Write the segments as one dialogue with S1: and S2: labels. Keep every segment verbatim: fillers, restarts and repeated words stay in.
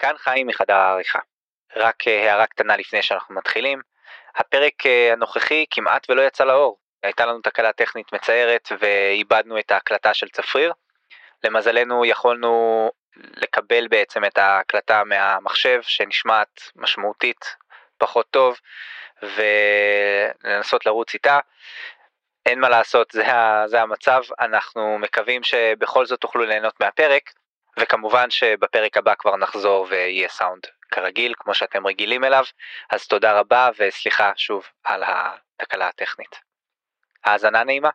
S1: כאן חיים מחדר העריכה. רק הערה קטנה לפני שאנחנו מתחילים. הפרק הנוכחי כמעט ולא יצא לאור. הייתה לנו תקלה טכנית מצערת ואיבדנו את ההקלטה של צפריר. למזלנו יכולנו לקבל בעצם את ההקלטה מהמחשב שנשמעת משמעותית פחות טוב ולנסות לרוץ איתה. אין מה לעשות, זה, זה המצב. אנחנו מקווים שבכל זאת תוכלו ליהנות מהפרק, וכמובן שבפרק הבא כבר נחזור ויהיה סאונד כרגיל כמו שאתם רגילים אליו. אז תודה רבה וסליחה שוב על התקלה הטכנית. האזנה נעימה.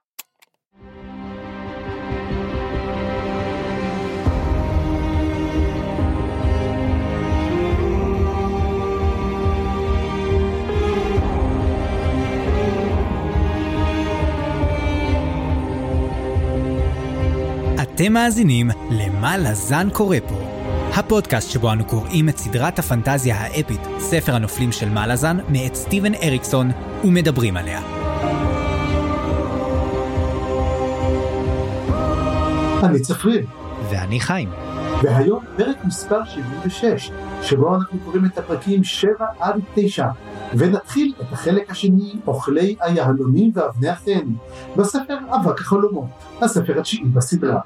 S2: אתם מאזינים למה לזן קורא פה, הפודקאסט שבו אנו קוראים את סדרת הפנטזיה האפית, ספר הנופלים של מה לזן, מאת סטיבן אריקסון, ומדברים עליה.
S3: אני צפריר.
S2: ואני חיים.
S3: והיום פרק מספר שבעים ושש, שבו אנחנו קוראים את הפרקים שבע עד תשע, ונתחיל את החלק השני, אוכלי היהלומים ואבני החן, בספר אבק החלומות, הספר התשיעי בסדרה.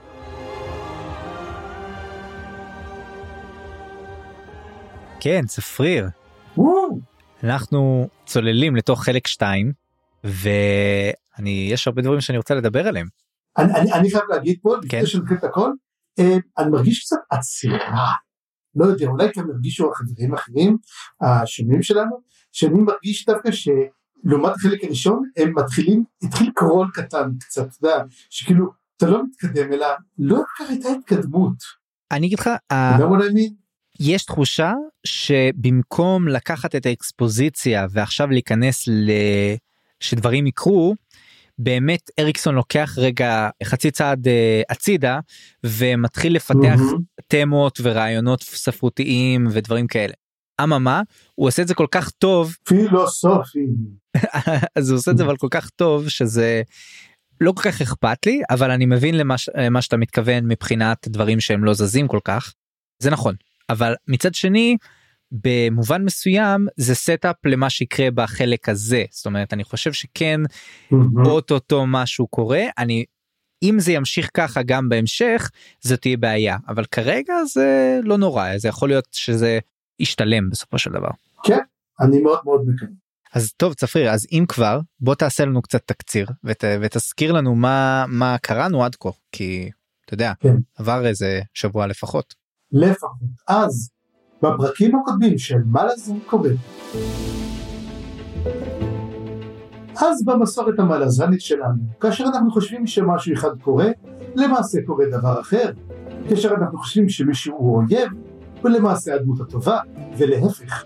S2: כן, צפריר.
S3: וואו.
S2: אנחנו צוללים לתוך חלק שתיים, ואני, יש הרבה דברים שאני רוצה לדבר עליהם.
S3: אני, אני, אני חייב להגיד פה,
S2: כן.
S3: לפני שנתחיל את הכל, אני מרגיש קצת עצירה, לא יודע, אולי כאן מרגישו החברים אחרים, השומעים שלנו, שאני מרגיש דווקא שלעומת החלק הראשון, הם מתחילים, התחיל קרול קטן קצת, אתה יודע, שכאילו, אתה לא מתקדם, אלא לא כך הייתה התקדמות.
S2: אני אגיד לך,
S3: אתה יודע מה אני מבין?
S2: יש תחושה שבמקום לקחת את האקספוזיציה, ועכשיו להיכנס ל... שדברים יקרו, באמת אריקסון לוקח רגע חצי צעד הצידה, ומתחיל לפתח mm-hmm. תמות ורעיונות ספרותיים ודברים כאלה. אממה, הוא עושה את זה כל כך טוב.
S3: פילוסופי.
S2: אז הוא עושה את זה אבל כל כך טוב, שזה לא כל כך אכפת לי, אבל אני מבין למה, למה שאתה מתכוון מבחינת דברים שהם לא זזים כל כך. זה נכון. אבל מצד שני, במובן מסוים, זה סטאפ למה שיקרה בחלק הזה. זאת אומרת, אני חושב שכן, mm-hmm. אוטוטו משהו קורה. אני, אם זה ימשיך ככה גם בהמשך, זה תהיה בעיה. אבל כרגע זה לא נורא. זה יכול להיות שזה ישתלם בסופו של דבר.
S3: כן, אני מאוד מאוד מקווה.
S2: אז טוב, צפריר, אז אם כבר, בוא תעשה לנו קצת תקציר, ות, ותזכיר לנו מה, מה קראנו עד כה. כי, אתה יודע, כן. עבר איזה שבוע לפחות.
S3: לפחות. אז, בפרקים הקודמים של מה לזן קורא, אז במסורת המלזנית שלנו, כאשר אנחנו חושבים שמשהו אחד קורה, למעשה קורה דבר אחר. כאשר אנחנו חושבים שמישהו הוא אויב, ולמעשה הדמות הטובה, ולהפך.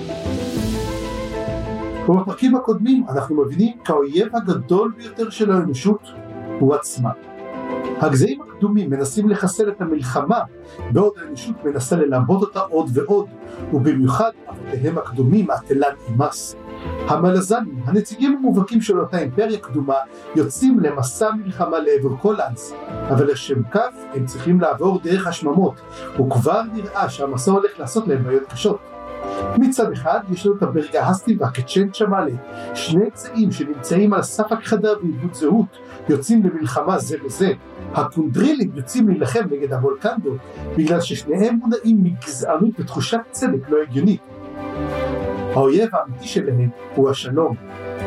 S3: ובפרקים הקודמים אנחנו מבינים שהאויב הגדול ביותר של האנושות הוא עצמה. הגזעים הקדומים מנסים לחסל את המלחמה, בעוד האנושות מנסה ללמוד אותה עוד ועוד, ובמיוחד אבותיהם הקדומים, אטלן אימאס. המלזנים, הנציגים המובהקים של אותה אימפריה קדומה, יוצאים למסע מלחמה לעבר קולאנס, אבל לשם כך הם צריכים לעבור דרך השממות, וכבר נראה שהמסע הולך לעשות להם בעיות קשות. מצד אחד יש לנו את הברגהסטי והקצ'ן צ'מאלה, שני גזעים שנמצאים על סף הכחדה ואיבוד זהות, יוצאים למלחמה זה וזה. הקונדרילים יוצאים להילחם נגד הוולקנדו, בגלל ששניהם מונעים מגזענות ותחושת צדק לא הגיונית. האויב האמיתי שלהם הוא השלום.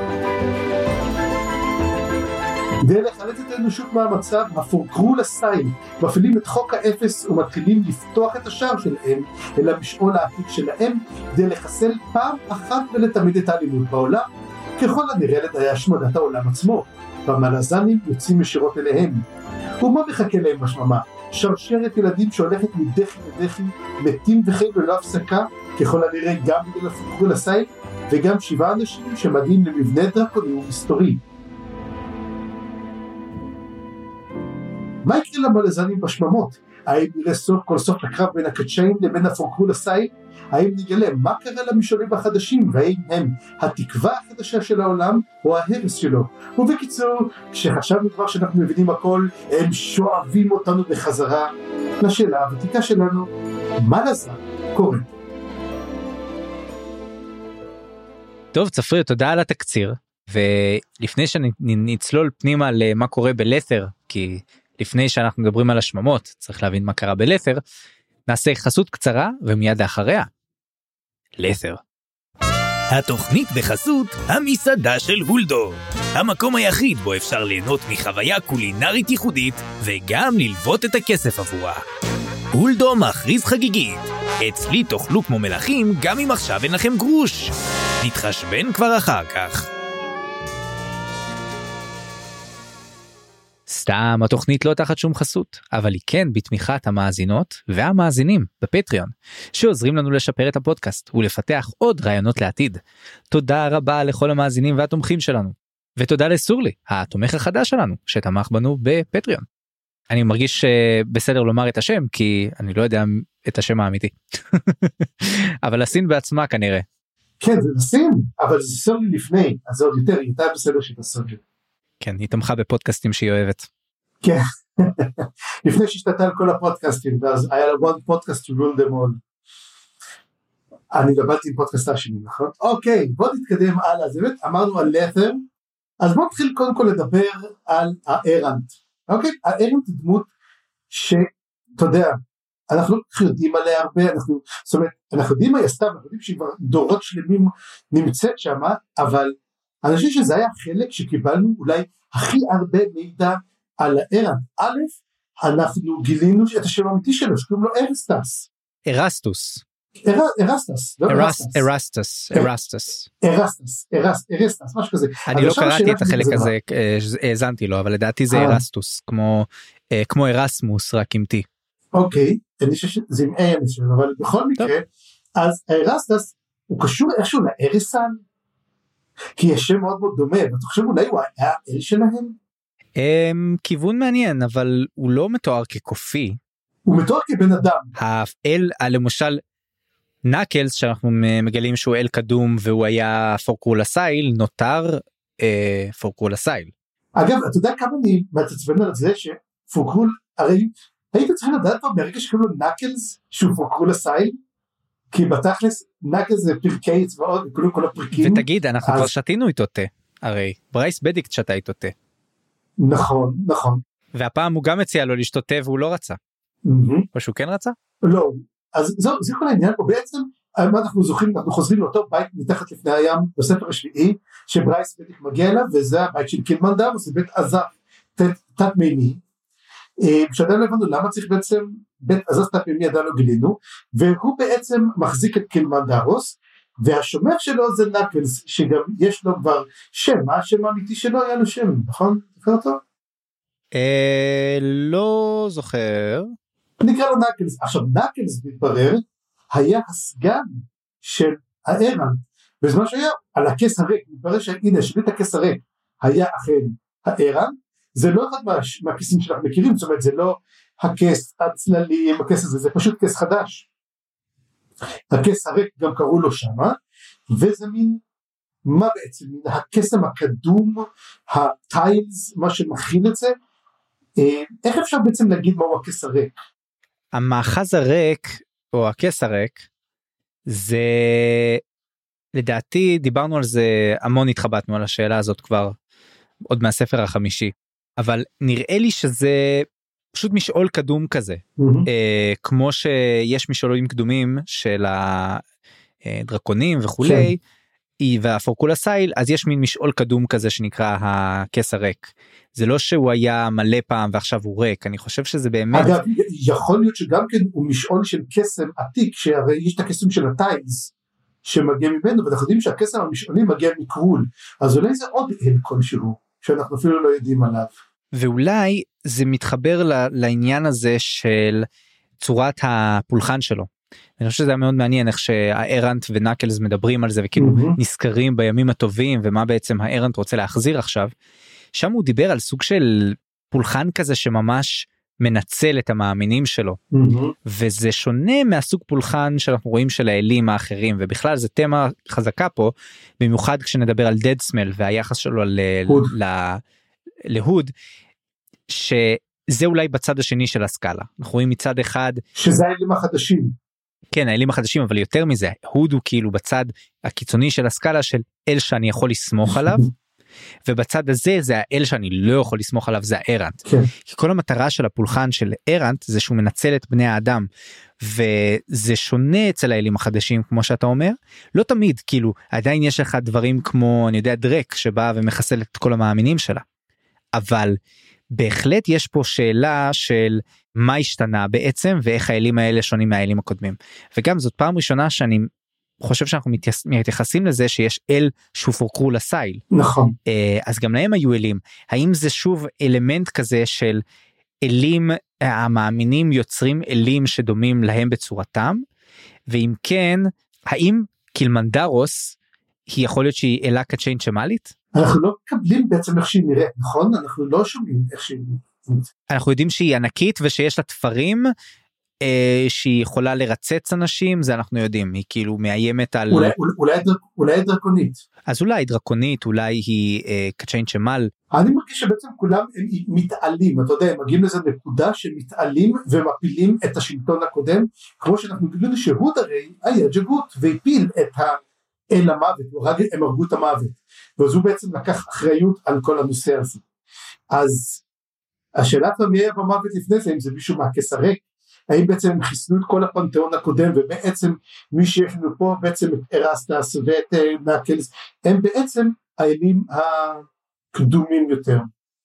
S3: כדי לחלץ את האנושות מהמצב, הפורקרול הסיים מפעילים את חוק האפס ומתחילים לפתוח את השער שלהם אל המשעול העתיק שלהם, כדי לחסל פעם אחת ולתמיד את האלימות בעולם, ככל הנראה לדעי השמדת העולם עצמו. והמלזנים יוצאים ישירות אליהם. ומה מחכה להם בשממה? שרשרת ילדים שהולכת מדחי לדחי, מתים וחיים ללא הפסקה, ככל הנראה גם בגלל הפורקרול הסיים, וגם שבעה אנשים שמגיעים למבנה דרקוני ומסתורי. מה יקרה למלזנים בשממות? האם נראה סוף כל סוף לקרב בין הקצ'אים לבין הפורקרול הסיים? האם נגלה מה קרה למשעולים החדשים, והאם הם התקווה החדשה של העולם או ההרס שלו? ובקיצור, כשחשבנו כבר שאנחנו מבינים הכל, הם שואבים אותנו בחזרה לשאלה הוותיקה שלנו, מה לזה קורה.
S2: טוב, צפריר, תודה על התקציר, ולפני שנצלול פנימה למה קורה בלת'ר, כי לפני שאנחנו מדברים על השממות, צריך להבין מה קרה בלת'ר, נעשה חסות קצרה ומיד לאחריה. לת'ר.
S4: התוכנית בחסות המסעדה של הולדו, המקום היחיד בו אפשר ליהנות מחוויה קולינרית ייחודית וגם ללוות את הכסף עבורה. הולדו מכריז חגיגית, אצלי תאכלו כמו מלכים גם אם עכשיו אין לכם גרוש. נתחשבן כבר אחר כך.
S2: סתם, התוכנית לא תחת שום חסות, אבל היא כן בתמיכת המאזינות והמאזינים בפטריון, שעוזרים לנו לשפר את הפודקאסט ולפתח עוד רעיונות לעתיד. תודה רבה לכל המאזינים והתומכים שלנו, ותודה לסורלי, התומך החדש שלנו, שתמך בנו בפטריון. אני מרגיש בסדר לומר את השם, כי אני לא יודע את השם האמיתי. אבל הסין בעצמה כנראה.
S3: כן, זה הסין, אבל זה סורלי לפני, אז זה עוד יותר, היא הייתה בסדר שאתה סורלי.
S2: כן, היא תמכה בפודקאסטים שהיא אוהבת.
S3: כן, לפני שהשתתה על כל הפודקאסטים, ואז היה לה one podcast to rule them all. אני גבלתי עם פודקאסט השני, נכון? אוקיי, בוא נתקדם הלאה, אז באמת אמרנו על לת'ר, אז בוא נתחיל קודם כל לדבר על הארנט. אוקיי, הארנט היא דמות שאתה יודע, אנחנו לא יודעים עליה הרבה, אנחנו, זאת אומרת, אנחנו יודעים מה היא עשתה, אנחנו יודעים שהיא כבר דורות שלמים נמצאת שם, אבל אני חושב שזה היה חלק שקיבלנו אולי הכי הרבה מידע על הארנט. א', אנחנו גילינו את השם האמיתי שלו, שקוראים לו ארסטס.
S2: ארסטוס.
S3: ארסטס.
S2: ארסטס. ארסטס.
S3: ארסטס. ארסטס, משהו כזה.
S2: אני לא קראתי את החלק הזה, האזנתי לו, אבל לדעתי זה ארסטוס, כמו ארסמוס, רק עם טי.
S3: אוקיי, אני חושב שזה עם איי שלו, אבל בכל מקרה, אז ארסטס הוא קשור איכשהו לארסן, כי יש שם מאוד מאוד דומה, ואתה חושב אולי הוא היה האל שלהם?
S2: כיוון מעניין, אבל הוא לא מתואר כקופי.
S3: הוא מתואר כבן אדם.
S2: האל, למשל, נקלס, שאנחנו מגלים שהוא אל קדום, והוא היה פורקרולסייל, נותר פורקרולסייל.
S3: אגב, אתה יודע כמה אני מתעצבן על זה, שפורקרול, הרי היית צריכים לדעת כבר ברגע שקוראים לו נקלס, שהוא פורקרולסייל, כי בתכלס נקלס זה פרקי צבאות, וכולו כל הפרקים.
S2: ותגיד, אנחנו כבר שתינו איתו תה, הרי ברייס בדיקט שתה איתו תה.
S3: נכון, נכון.
S2: והפעם הוא גם הציע לו לשתות תה והוא לא רצה. או שהוא כן רצה?
S3: לא, אז זהו, זה כל העניין פה, בעצם, מה אנחנו זוכרים, אנחנו חוזרים לאותו בית מתחת לפני הים, בספר השביעי, שברייס בדיקט מגיע אליו, וזה הבית של קילמנדר, זה בית עזב, תת מימי, שעדיין לא הבנו למה צריך בעצם בית עזז תפימי עדיין לא גילינו, והוא בעצם מחזיק את קילמנדרוס, והשומר שלו זה נקלס, שגם יש לו כבר שם, מה השם האמיתי שלו היה לו שם, נכון? זוכר אותו?
S2: לא זוכר.
S3: נקרא לו נקלס. עכשיו נקלס מתברר, היה הסגן של הארנט, בזמן שהיה על הכס הריק, מתברר שהנה שביט הכס הריק, היה אכן הארנט, זה לא אחד מה, מהכיסים שאנחנו מכירים, זאת אומרת זה לא הכס הצללים, הכס הזה, זה פשוט כס חדש. הכס הריק גם קראו לו שמה, וזה מין, מה בעצם, מין הקסם הקדום, הטיילס, מה שמכיל את זה, איך אפשר בעצם להגיד מהו הכס הריק?
S2: המאחז הריק, או הכס הריק, זה, לדעתי דיברנו על זה, המון התחבטנו על השאלה הזאת כבר, עוד מהספר החמישי, אבל נראה לי שזה פשוט משעול קדום כזה, mm-hmm. אה, כמו שיש משעולים קדומים של הדרקונים וכולי, כן. והפורקולסייל, אז יש מין משעול קדום כזה שנקרא הכס הריק. זה לא שהוא היה מלא פעם ועכשיו הוא ריק, אני חושב שזה באמת...
S3: אגב, יכול להיות שגם כן הוא משעול של קסם עתיק, שהרי יש את הקסם של הטיילס, שמגיע ממנו, ואנחנו יודעים שהקסם המשעולים מגיע מקרול, אז אולי זה עוד אל כלשהו, שאנחנו אפילו לא יודעים עליו.
S2: ואולי זה מתחבר לעניין הזה של צורת הפולחן שלו. אני חושב שזה היה מאוד מעניין איך שהארנט ונקלס מדברים על זה וכאילו mm-hmm. נזכרים בימים הטובים ומה בעצם הארנט רוצה להחזיר עכשיו. שם הוא דיבר על סוג של פולחן כזה שממש מנצל את המאמינים שלו. Mm-hmm. וזה שונה מהסוג פולחן שאנחנו רואים של האלים האחרים, ובכלל זה תמה חזקה פה, במיוחד כשנדבר על דד סמל והיחס שלו ל... ל... להוד, שזה אולי בצד השני של הסקאלה. אנחנו רואים מצד אחד...
S3: שזה האלים החדשים.
S2: כן, האלים החדשים, אבל יותר מזה, הוד הוא כאילו בצד הקיצוני של הסקאלה של אל שאני יכול לסמוך עליו, ובצד הזה זה האל שאני לא יכול לסמוך עליו, זה הארנט.
S3: כן.
S2: כי כל המטרה של הפולחן של ארנט זה שהוא מנצל את בני האדם, וזה שונה אצל האלים החדשים כמו שאתה אומר, לא תמיד, כאילו עדיין יש לך דברים כמו אני יודע דרק שבא ומחסל את כל המאמינים שלה, אבל בהחלט יש פה שאלה של מה השתנה בעצם ואיך האלים האלה שונים מהאלים הקודמים, וגם זאת פעם ראשונה שאני חושב שאנחנו מתייחסים לזה שיש אל שופורקרו לסייל.
S3: נכון.
S2: אז גם להם היו אלים, האם זה שוב אלמנט כזה של אלים, המאמינים יוצרים אלים שדומים להם בצורתם, ואם כן, האם קילמנדרוס היא יכול להיות שהיא אלה קצ'יין שמלית?
S3: אנחנו לא מקבלים בעצם איך שהיא נראית, נכון? אנחנו לא שומעים איך שהיא נראית.
S2: אנחנו יודעים שהיא ענקית ושיש לה תפרים, אה, שהיא יכולה לרצץ אנשים, זה אנחנו יודעים, היא כאילו מאיימת על...
S3: אולי, אולי, אולי דרקונית.
S2: אז אולי דרקונית, אולי היא אה, קצ'יין שמל.
S3: אני מרגיש שבעצם כולם הם מתעלים, אתה יודע, הם מגיעים לזה נקודה שמתעלים ומפילים את השלטון הקודם, כמו שאנחנו גילינו שהוד הרי היה ג'גות והפיל את האל המוות, הם הרגו את המוות, ואז הוא בעצם לקח אחריות על כל הנושא הזה. אז השאלה מי היה במוות לפני זה, אם זה מישהו מהכס הריק, האם בעצם הם חיסנו את כל הפנתיאון הקודם, ובעצם מי שיש לנו פה בעצם את ארסטס ואת נקלס, הם בעצם האלים הקדומים יותר,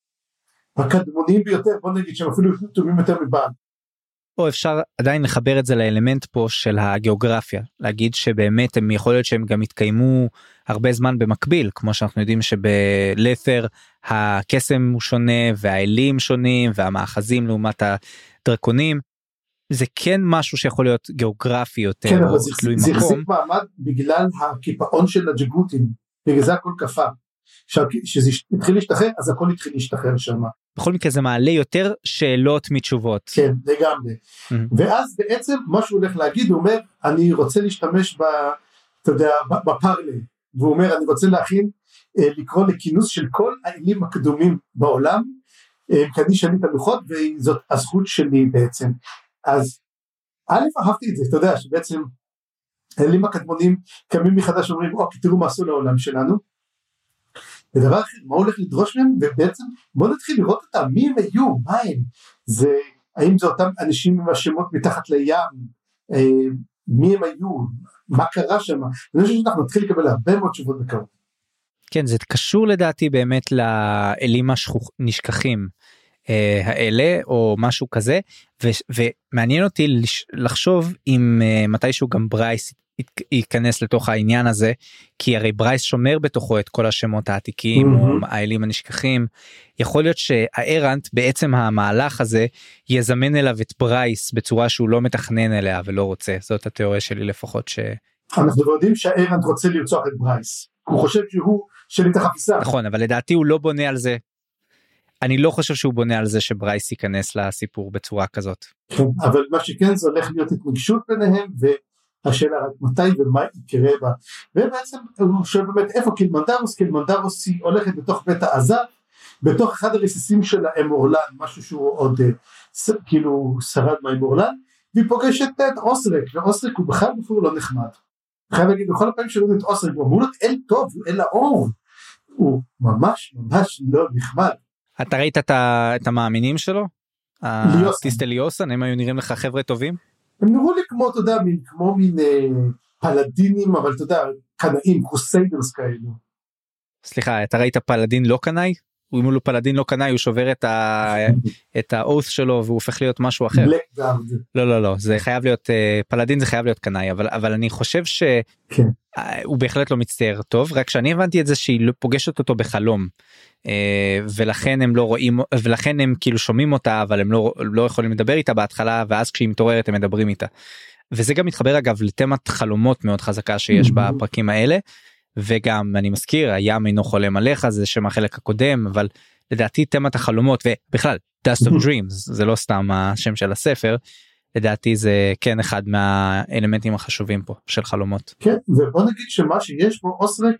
S3: הקדמונים ביותר, בוא נגיד שהם אפילו קדומים יותר מבעל.
S2: או אפשר עדיין לחבר את זה לאלמנט פה של הגיאוגרפיה, להגיד שבאמת הם יכול להיות שהם גם התקיימו הרבה זמן במקביל, כמו שאנחנו יודעים שבלת'ר הקסם הוא שונה, והאלים שונים, והמאחזים לעומת הדרקונים, זה כן משהו שיכול להיות גיאוגרפי יותר,
S3: כן,
S2: או
S3: תלוי מקום. זה החזיק מעמד בגלל הקיפאון של הג'גותים, בגלל זה הכל קפה, שזה התחיל להשתחרר, אז הכל התחיל להשתחרר שם.
S2: בכל מקרה זה מעלה יותר שאלות מתשובות.
S3: כן, לגמרי. Mm-hmm. ואז בעצם מה שהוא הולך להגיד, הוא אומר, אני רוצה להשתמש ב, אתה יודע, בפרלה, והוא אומר, אני רוצה להכין, לקרוא לכינוס של כל האלים הקדומים בעולם, כי אני שני את הלוחות, וזאת הזכות שלי בעצם. אז א' אהבתי את זה, אתה יודע, שבעצם האלים הקדמונים קמים מחדש ואומרים, אוקיי, תראו מה עשו לעולם שלנו, ודבר אחר, מה הולך לדרוש מהם, ובעצם בוא נתחיל לראות אותם, מי הם היו, מה הם, זה, האם זה אותם אנשים עם השמות מתחת לים, אה, מי הם היו, מה קרה שם, אני חושב שאנחנו נתחיל לקבל הרבה מאוד תשובות בקרוב.
S2: כן, זה קשור לדעתי באמת לאלים הנשכחים אה, האלה, או משהו כזה, ו, ומעניין אותי לחשוב אם אה, מתישהו גם ברייס ייכנס לתוך העניין הזה, כי הרי ברייס שומר בתוכו את כל השמות העתיקים, mm-hmm. או האלים הנשכחים, יכול להיות שהארנט בעצם המהלך הזה, יזמן אליו את ברייס, בצורה שהוא לא מתכנן אליה ולא רוצה, זאת התיאוריה שלי לפחות ש...
S3: אנחנו יודעים שהארנט רוצה לרצוח את ברייס, הוא חושב שהוא שלי את החפיסה.
S2: נכון, אבל לדעתי הוא לא בונה על זה, אני לא חושב שהוא בונה על זה שברייס ייכנס לסיפור בצורה כזאת.
S3: כן, אבל מה שכן זה הולך להיות התנגשות ביניהם, ו... השאלה רק מתי ומה יקרה בה, ובעצם הוא שואל באמת איפה קילמנדרוס, קילמנדרוס היא הולכת בתוך בית העזה, בתוך אחד הרסיסים של האמורלן, משהו שהוא עוד כאילו שרד מהאמורלן, והיא פוגשת את אוסרק, ואוסרק הוא בכלל בפור לא נחמד, חייב להגיד, בכל הפעמים שראינו את אוסרק, הוא אמור להיות אל טוב, הוא אל האור, הוא ממש ממש לא נחמד.
S2: אתה ראית את המאמינים שלו? הטיסטליוסן, הם היו נראים לך חבר'ה טובים?
S3: הם נראו לי כמו, אתה יודע, מין, כמו מין אה, פלדינים, אבל אתה יודע, קנאים, קרוסיידרס כאלו.
S2: סליחה, אתה ראית פלדין לא קנאי? הוא אם הוא לא פלדין לא קנאי, הוא שובר את, ה, את האוס שלו, והוא הופך להיות משהו אחר.
S3: בלקגארד.
S2: לא, לא, לא, זה חייב להיות, פלדין זה חייב להיות קנאי, אבל, אבל אני חושב שהוא כן. בהחלט לא מצטייר טוב, רק שאני הבנתי את זה שהיא לא פוגשת אותו בחלום, ולכן הם לא רואים, ולכן הם כאילו שומעים אותה, אבל הם לא, לא יכולים לדבר איתה בהתחלה, ואז כשהיא מתעוררת הם מדברים איתה. וזה גם מתחבר אגב לתמת חלומות מאוד חזקה שיש בפרקים האלה, וגם אני מזכיר, הים אינו חולם עליך, זה שם החלק הקודם, אבל לדעתי תמת החלומות, ובכלל, Dust of Dreams, זה לא סתם השם של הספר, לדעתי זה כן אחד מהאלמנטים החשובים פה, של חלומות.
S3: כן, ובוא נגיד שמה שיש פה, אוסרק,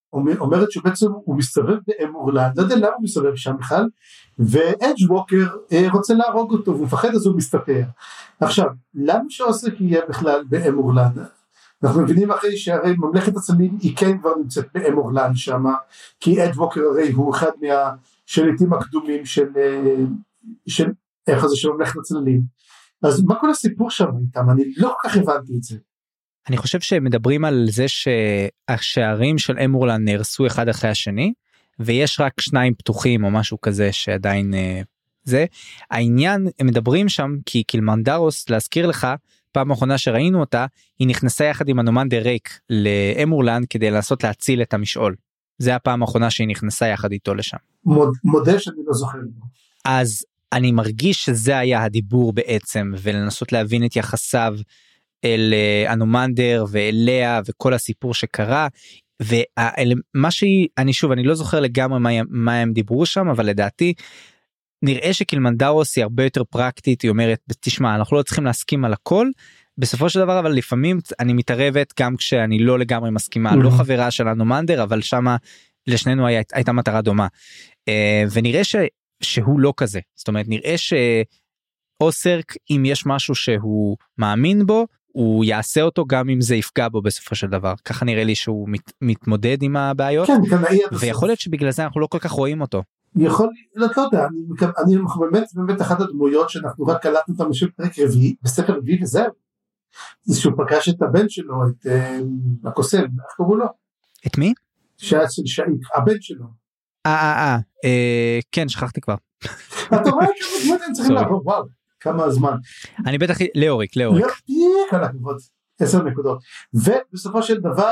S3: אומרת שבעצם הוא מסתובב באמורלנד, לא יודע למה הוא מסתובב שם בכלל, ואדג' ווקר רוצה להרוג אותו, והוא מפחד אז הוא מסתתר. עכשיו, למה שאוסריק יהיה בכלל באמורלנד? אנחנו מבינים אחרי שהרי ממלכת הצללים היא כן כבר נמצאת באמורלנד שם, כי אדג' ווקר הרי הוא אחד מהשליטים הקדומים של, של, איך זה, של ממלכת הצללים. אז מה כל הסיפור שם איתם? אני לא כל כך הבנתי את זה.
S2: אני חושב שמדברים על זה שהשערים של אמורלנד נהרסו אחד אחרי השני, ויש רק שניים פתוחים או משהו כזה שעדיין זה. העניין, הם מדברים שם כי קילמנדרוס, להזכיר לך, פעם האחרונה שראינו אותה, היא נכנסה יחד עם הנומנדר ריק לאמורלנד כדי לנסות להציל את המשעול. זה הפעם האחרונה שהיא נכנסה יחד איתו לשם.
S3: מוד, מודה שאני לא זוכר.
S2: אז אני מרגיש שזה היה הדיבור בעצם, ולנסות להבין את יחסיו אל הנומנדר ואליה וכל הסיפור שקרה, ומה שהיא, אני שוב, אני לא זוכר לגמרי מה, מה הם דיברו שם, אבל לדעתי, נראה שקילמנדרוס היא הרבה יותר פרקטית, היא אומרת, תשמע, אנחנו לא צריכים להסכים על הכל, בסופו של דבר, אבל לפעמים אני מתערבת, גם כשאני לא לגמרי מסכימה, לא חברה של הנומנדר, אבל שמה לשנינו היה, הייתה מטרה דומה, ונראה ש, שהוא לא כזה, זאת אומרת, נראה שאוסרק, אם יש משהו שהוא מאמין בו, הוא יעשה אותו גם אם זה יפגע בו בסופו של דבר, ככה נראה לי שהוא מת, מתמודד עם הבעיות,
S3: כן,
S2: ויכול להיות שבגלל זה אנחנו לא כל כך רואים אותו.
S3: יכול, לא, לא יודע, אני, אני באמת, באמת אחת הדמויות שאנחנו רק קלטנו אותם בשביל פרק רביעי, בספר רביעי וזהו, זה שהוא פגש את הבן שלו, את uh, הקוסם, איך קראו לו?
S2: את מי?
S3: שהיה של שאיק, הבן שלו.
S2: אה, אה, אה, כן, שכחתי כבר.
S3: אתה רואה כמה דמות הם צריכים לעבור, וואו, כמה זמן.
S2: אני בטח, לאוריק, לאוריק.
S3: לאוריק, על הכבוד, עשר נקודות. ובסופו של דבר,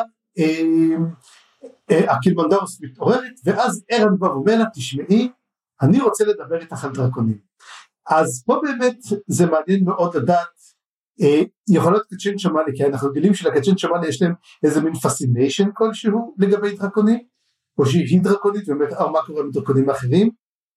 S3: הקילמנדרוס מתעוררת, ואז ארן בא ואומר לה, תשמעי, אני רוצה לדבר איתך על דרקונים. אז פה באמת זה מעניין מאוד לדעת, יכול להיות קצ'ן שמאלי, כי אנחנו גילים שלקצ'ן שמאלי יש להם איזה מין פסיניישן כלשהו לגבי דרקונים, או שהיא דרקונית, ובאמת, או מה קורה עם דרקונים אחרים.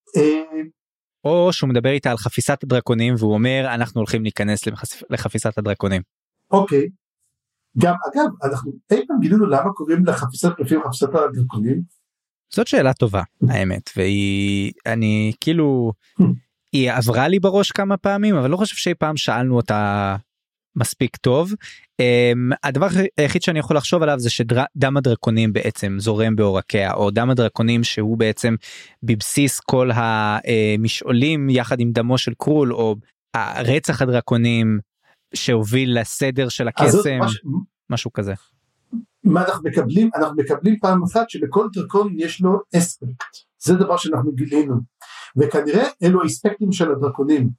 S2: או שהוא מדבר איתה על חפיסת הדרקונים, והוא אומר, אנחנו הולכים להיכנס לחפיסת הדרקונים.
S3: אוקיי. גם, אגב, אנחנו אי פעם גילינו למה קוראים לחפיסת קלפים חפיסת הדרקונים?
S2: זאת שאלה טובה, האמת, והיא, אני כאילו, היא עברה לי בראש כמה פעמים, אבל לא חושב שאי פעם שאלנו אותה מספיק טוב. הדבר היחיד שאני יכול לחשוב עליו זה שדם הדרקונים בעצם זורם בעורקיה, או דם הדרקונים שהוא בעצם בבסיס כל המשעולים יחד עם דמו של קרול, או רצח הדרקונים שהוביל לסדר של הקסם, משהו כזה.
S3: מה אנחנו מקבלים? אנחנו מקבלים פעם אחת שלכל דרקון יש לו אספקט, זה דבר שאנחנו גילינו, וכנראה אלו האספקטים של הדרקונים,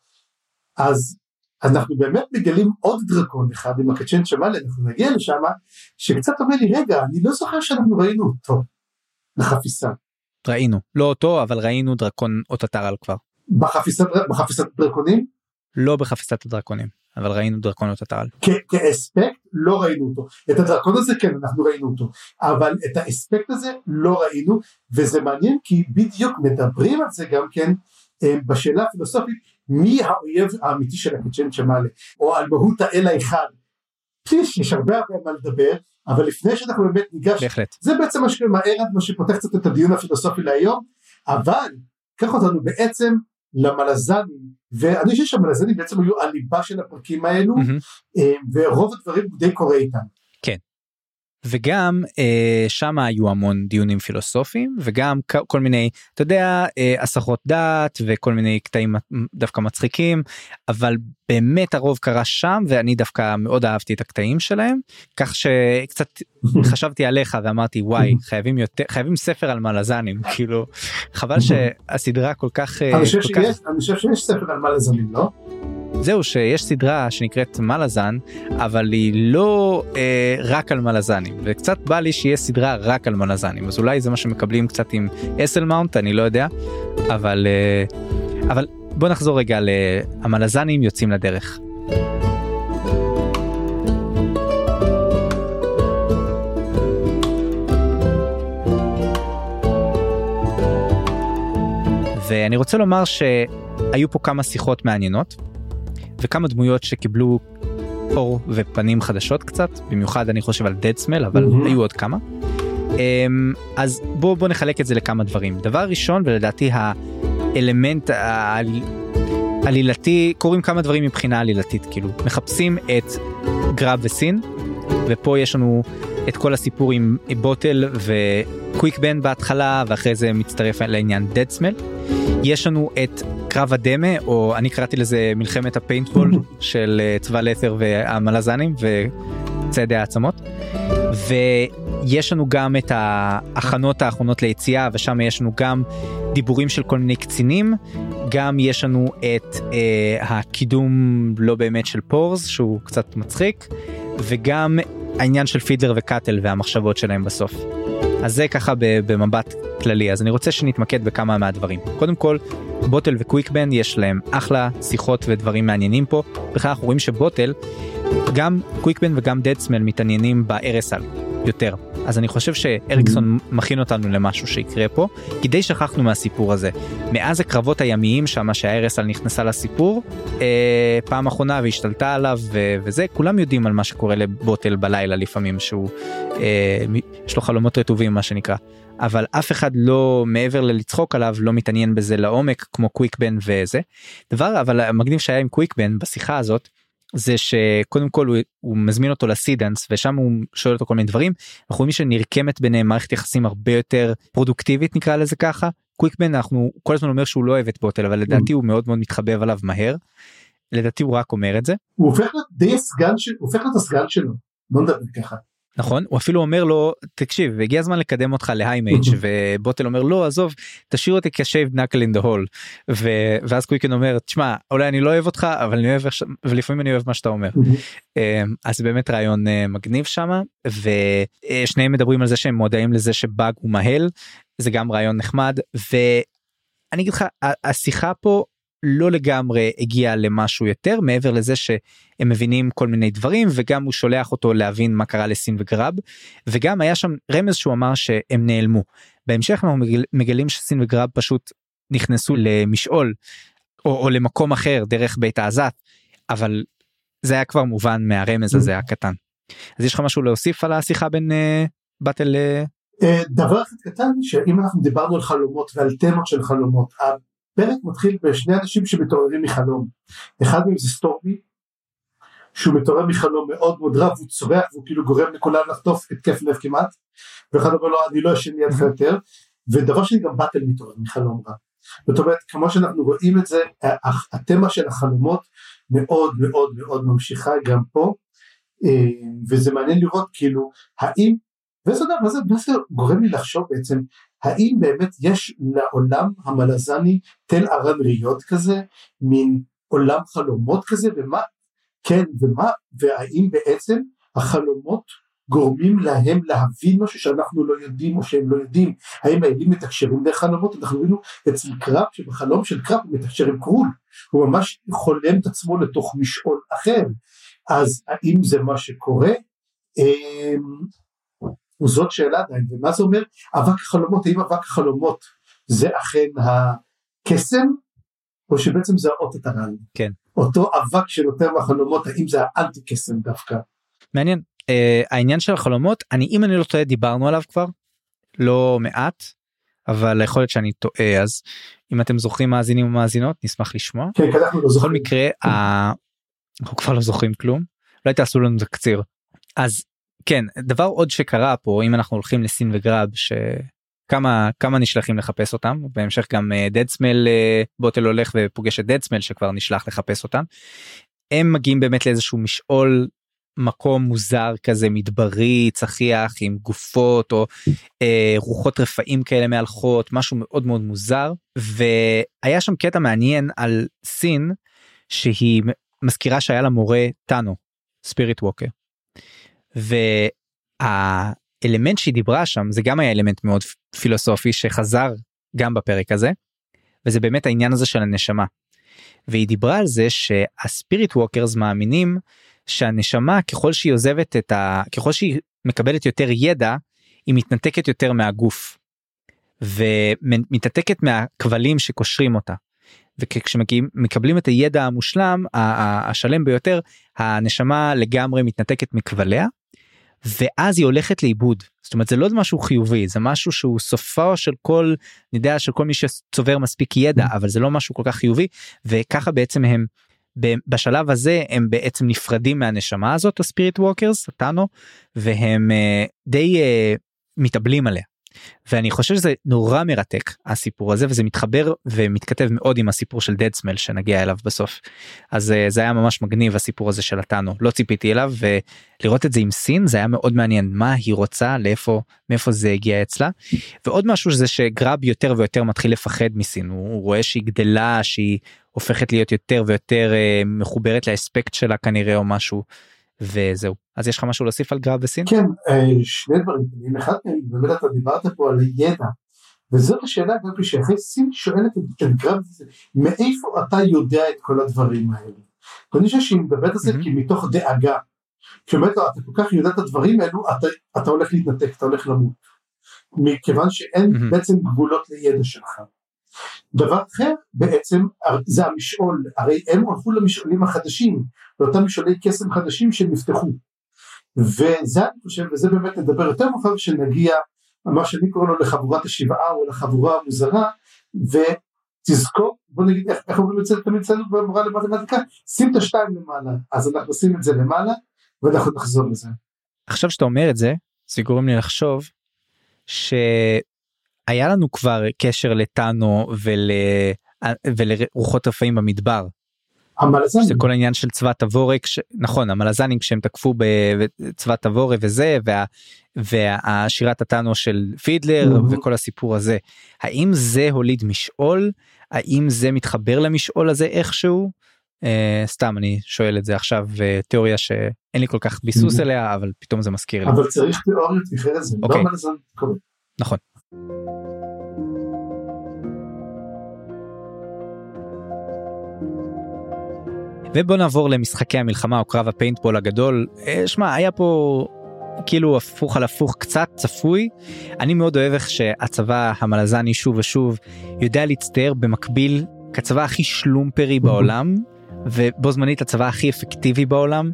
S3: אז אנחנו באמת מגלים עוד דרקון אחד עם הקצ'ן שמאלי, אנחנו נגיע לשם, שקצת אומר לי, רגע, אני לא זוכר שאנחנו ראינו אותו לחפיסה.
S2: ראינו, לא אותו, אבל ראינו דרקון אוטטרל כבר.
S3: בחפיסת, בחפיסת דרקונים?
S2: לא בחפיסת הדרקונים, אבל ראינו דרקון אוטטרל.
S3: כאספקט לא ראינו אותו. את הדרקון הזה כן, אנחנו ראינו אותו, אבל את האספקט הזה לא ראינו, וזה מעניין כי בדיוק מדברים על זה גם כן, בשאלה הפילוסופית, מי האויב האמיתי של הקצ'ן שמאלי, או על מהות האל האחד. פליש, יש הרבה הרבה מה לדבר, אבל לפני שאנחנו באמת ניגש,
S2: בהחלט.
S3: זה בעצם מה שמאר, מה שפותח קצת את הדיון הפילוסופי להיום, אבל קח אותנו בעצם למלזנים, ואני חושב שהמלזנים בעצם היו הליבה של הפרקים האלו, mm-hmm. ורוב הדברים די קורה איתם.
S2: כן. וגם אה, שם היו המון דיונים פילוסופיים, וגם כל מיני, אתה יודע, אה, הסחות דעת, וכל מיני קטעים דווקא מצחיקים, אבל באמת הרוב קרה שם, ואני דווקא מאוד אהבתי את הקטעים שלהם, כך שקצת חשבתי עליך, ואמרתי, וואי, חייבים, יותר, חייבים ספר על מלזנים, כאילו, חבל שהסדרה כל כך...
S3: אני חושב שיש, אני חושב שיש ספר על מלזנים, לא?
S2: זהו, שיש סדרה שנקראת מלזן, אבל היא לא אה, רק על מלזנים, וקצת בא לי שיהיה סדרה רק על מלזנים, אז אולי זה מה שמקבלים קצת עם אסלמאונט, אני לא יודע, אבל, אה, אבל בוא נחזור רגע למלזנים יוצאים לדרך. ואני רוצה לומר שהיו פה כמה שיחות מעניינות, וכמה דמויות שקיבלו אור ופנים חדשות קצת, במיוחד אני חושב על דד סמל, אבל mm-hmm. היו עוד כמה. אז בוא בוא נחלק את זה לכמה דברים. דבר ראשון, ולדעתי האלמנט העלילתי, קוראים כמה דברים מבחינה עלילתית, כאילו מחפשים את גראב וסין, ופה יש לנו את כל הסיפור עם בוטל וקוויקבן בהתחלה, ואחרי זה מצטרף לעניין דד סמל. יש לנו את קרב הדמה, או אני קראתי לזה מלחמת הפיינטבול של צבא לת'ר והמלזנים וצעדי העצמות. ויש לנו גם את ההכנות האחרונות ליציאה, ושם יש לנו גם דיבורים של כל מיני קצינים, גם יש לנו את אה, הקידום לא באמת של פורס, שהוא קצת מצחיק, וגם העניין של פידלר וקאטל והמחשבות שלהם בסוף. אז זה ככה במבט כללי, אז אני רוצה שנתמקד בכמה מהדברים. קודם כל, בוטל וקוויקבן יש להם אחלה שיחות ודברים מעניינים פה, בכלל אנחנו רואים שבוטל, גם קוויקבן וגם דד סמל מתעניינים בארסל יותר. אז אני חושב שאריקסון מכין אותנו למשהו שיקרה פה, כי די שכחנו מהסיפור הזה. מאז הקרבות הימיים שם שהארסל נכנסה לסיפור, אה, פעם אחרונה והשתלטה עליו ו- וזה, כולם יודעים על מה שקורה לבוטל בלילה לפעמים, שהוא, אה, יש לו חלומות רטובים מה שנקרא. אבל אף אחד לא מעבר ללצחוק עליו, לא מתעניין בזה לעומק כמו קוויקבן וזה. דבר, אבל המגניב שהיה עם קוויקבן בשיחה הזאת, זה שקודם כל הוא, הוא מזמין אותו לסידנס, ושם הוא שואל אותו כל מיני דברים, אנחנו רואים שנרקמת ביניהם מערכת יחסים הרבה יותר פרודוקטיבית, נקרא לזה ככה. קוויקבן, אנחנו כל הזמן אומר שהוא לא אוהב את בוטל, אבל לדעתי הוא מאוד מאוד מתחבב עליו מהר, לדעתי הוא רק אומר את זה.
S3: הוא הופך להיות די הסגן, הוא הופך להיות הסגן שלו, לא נדבר ככה.
S2: נכון, הוא אפילו אומר לו, תקשיב, הגיע הזמן לקדם אותך להיימייג' ובוטל אומר, לא, עזוב, תשאיר אותי כשייב נקל אין דה הול, ואז קוויקבן אומר, תשמע, אולי אני לא אוהב אותך, אבל אני אוהב, ולפעמים אני אוהב מה שאתה אומר. אז באמת רעיון מגניב שם, ושניהם מדברים על זה שהם מודעים לזה שבאג הוא מהל, זה גם רעיון נחמד, ואני אגיד לך, השיחה פה, לא לגמרי הגיע למשהו יותר, מעבר לזה שהם מבינים כל מיני דברים, וגם הוא שולח אותו להבין מה קרה לסין וגראב, וגם היה שם רמז שהוא אמר שהם נעלמו. בהמשך אנחנו מגלים שסין וגראב פשוט נכנסו למשעול, או, או למקום אחר דרך בית העזת, אבל זה היה כבר מובן מהרמז הזה הקטן. אז יש לך משהו להוסיף על השיחה בין uh, באטל... Uh...
S3: דבר אחד קטן, שאם אנחנו דיברנו על חלומות ועל תמות של חלומות, הפרק מתחיל בשני אנשים שמתעוררים מחלום. אחד מהם זה סטורמי, שהוא מתעורר מחלום מאוד מאוד רב, הוא צורח, והוא כאילו גורם לכולם לחטוף התקף לב כמעט, ואחד אומר לו, אני לא אשן לידך יותר, ודבר שני גם באטל מתעורר מחלום רב. זאת אומרת, כמו שאנחנו רואים את זה, התמה של החלומות מאוד מאוד מאוד ממשיכה גם פה, וזה מעניין לראות כאילו, האם, וזה יודע, מה זה, מה זה גורם לי לחשוב בעצם, האם באמת יש לעולם המלזני תל ארן ריות כזה, מין עולם חלומות כזה, ומה, כן, ומה, והאם בעצם החלומות גורמים להם להבין משהו שאנחנו לא יודעים, או שהם לא יודעים, האם האלים מתקשרים דרך חלומות, אנחנו ראינו אצל קראפ, שבחלום של קראפ הוא מתקשר עם קרול, הוא ממש חולם את עצמו לתוך משעול אחר, אז האם זה מה שקורה? וזאת שאלה עדיין, ומה זה אומר? אבק החלומות, האם אבק החלומות זה אכן הקסם, או שבעצם זה האות הטרל?
S2: כן.
S3: אותו אבק שנותר מהחלומות, האם זה האנטי קסם דווקא?
S2: מעניין. Uh, העניין של החלומות, אני אם אני לא טועה, דיברנו עליו כבר, לא מעט, אבל יכול להיות שאני טועה, אז אם אתם זוכרים מאזינים ומאזינות, נשמח לשמוע.
S3: כן, כי אנחנו לא זוכרים.
S2: בכל מקרה, ה... אנחנו כבר לא זוכרים כלום, אולי תעשו לנו תקציר. אז כן, דבר עוד שקרה פה, אם אנחנו הולכים לסין וגראב, שכמה כמה נשלחים לחפש אותם, בהמשך גם דד סמל, בוטל הולך ופוגש את דד סמל שכבר נשלח לחפש אותם, הם מגיעים באמת לאיזשהו משעול, מקום מוזר כזה מדברי, צחיח עם גופות או אה, רוחות רפאים כאלה מהלכות, משהו מאוד מאוד מוזר, והיה שם קטע מעניין על סין, שהיא מזכירה שהיה לה מורה טאנו, ספיריט ווקר, והאלמנט שהיא דיברה שם, זה גם היה אלמנט מאוד פילוסופי שחזר גם בפרק הזה, וזה באמת העניין הזה של הנשמה, והיא דיברה על זה שהספיריט ווקרס מאמינים, שהנשמה ככל שהיא עוזבת את ה... ככל שהיא מקבלת יותר ידע, היא מתנתקת יותר מהגוף, ומתנתקת מהכבלים שקושרים אותה, וכשמקבלים את הידע המושלם, השלם ביותר, הנשמה לגמרי מתנתקת מכבליה, ואז היא הולכת לאיבוד. זאת אומרת, זה לא משהו חיובי, זה משהו שהוא סופו של כל, אני יודע, של כל מי שצובר מספיק ידע, אבל זה לא משהו כל כך חיובי, וככה בעצם הם, בשלב הזה הם בעצם נפרדים מהנשמה הזאת, הספיריט ווקרס, הטאנו, והם די מתאבלים עליה. ואני חושב שזה נורא מרתק הסיפור הזה, וזה מתחבר ומתכתב מאוד עם הסיפור של Dead Smell שנגיע אליו בסוף. אז זה היה ממש מגניב הסיפור הזה של הטאנו, לא ציפיתי אליו, ולראות את זה עם סין זה היה מאוד מעניין, מה היא רוצה, לאיפה, מאיפה זה הגיע אצלה. ועוד משהו זה שגראב יותר ויותר מתחיל לפחד מסין, הוא רואה שהיא גדלה, שהיא הופכת להיות יותר ויותר אה, מחוברת לאספקט שלה כנראה או משהו, וזהו. אז יש לך משהו להוסיף על גראב וסין?
S3: כן, שני דברים. אחד מהם, באמת אתה דיברת פה על הידע, וזאת השאלה גם כשאחרי סין שואלת את גראב, מאיפה אתה יודע את כל הדברים האלה? ואני חושב שהיא מדברת על זה כי מתוך דאגה, כי אומרת לו, אתה כל כך יודע את הדברים האלו, אתה, אתה הולך להתנתק, אתה הולך למות, מכיוון שאין בעצם גבולות לידע שלך. דבר אחר בעצם זה המשעול, הרי הם הלכו למשעולים החדשים, לאותם משעולי קסם חדשים שנפתחו, וזה אני חושב, וזה באמת נדבר יותר מאוחר שנגיע, מה שאני קורא לו לחבורת השבעה או לחבורה המוזרה, ותזכור, בוא נגיד איך, איך אומרים את זה תמיד אצלנו במורה למתמטיקה, שים את השתיים למעלה, אז אנחנו נשים את זה למעלה, ואנחנו נחזור לזה.
S2: עכשיו שאתה אומר את זה, זה גורם לי לחשוב, ש... היה לנו כבר קשר לטאנו ול... ולרוחות רפאים במדבר.
S3: המלזנים.
S2: זה כל העניין של צבא תבורי, כש... נכון, המלזנים כשהם תקפו בצבא תבורי וזה, וה... והשירת הטאנו של פידלר mm-hmm. וכל הסיפור הזה. האם זה הוליד משעול? האם זה מתחבר למשעול הזה איכשהו? אה, סתם אני שואל את זה עכשיו, תיאוריה שאין לי כל כך ביסוס mm-hmm. אליה, אבל פתאום זה מזכיר לי.
S3: אבל צריך תיאוריות אחרת זה, okay. לא מלזן קורה.
S2: נכון. ובוא נעבור למשחקי המלחמה או קרב הפיינטבול הגדול. שמע, היה פה כאילו הפוך על הפוך קצת צפוי. אני מאוד אוהב איך שהצבא המלזני שוב ושוב יודע להצטער במקביל כצבא הכי שלומפרי בעולם, ובו זמנית הצבא הכי אפקטיבי בעולם,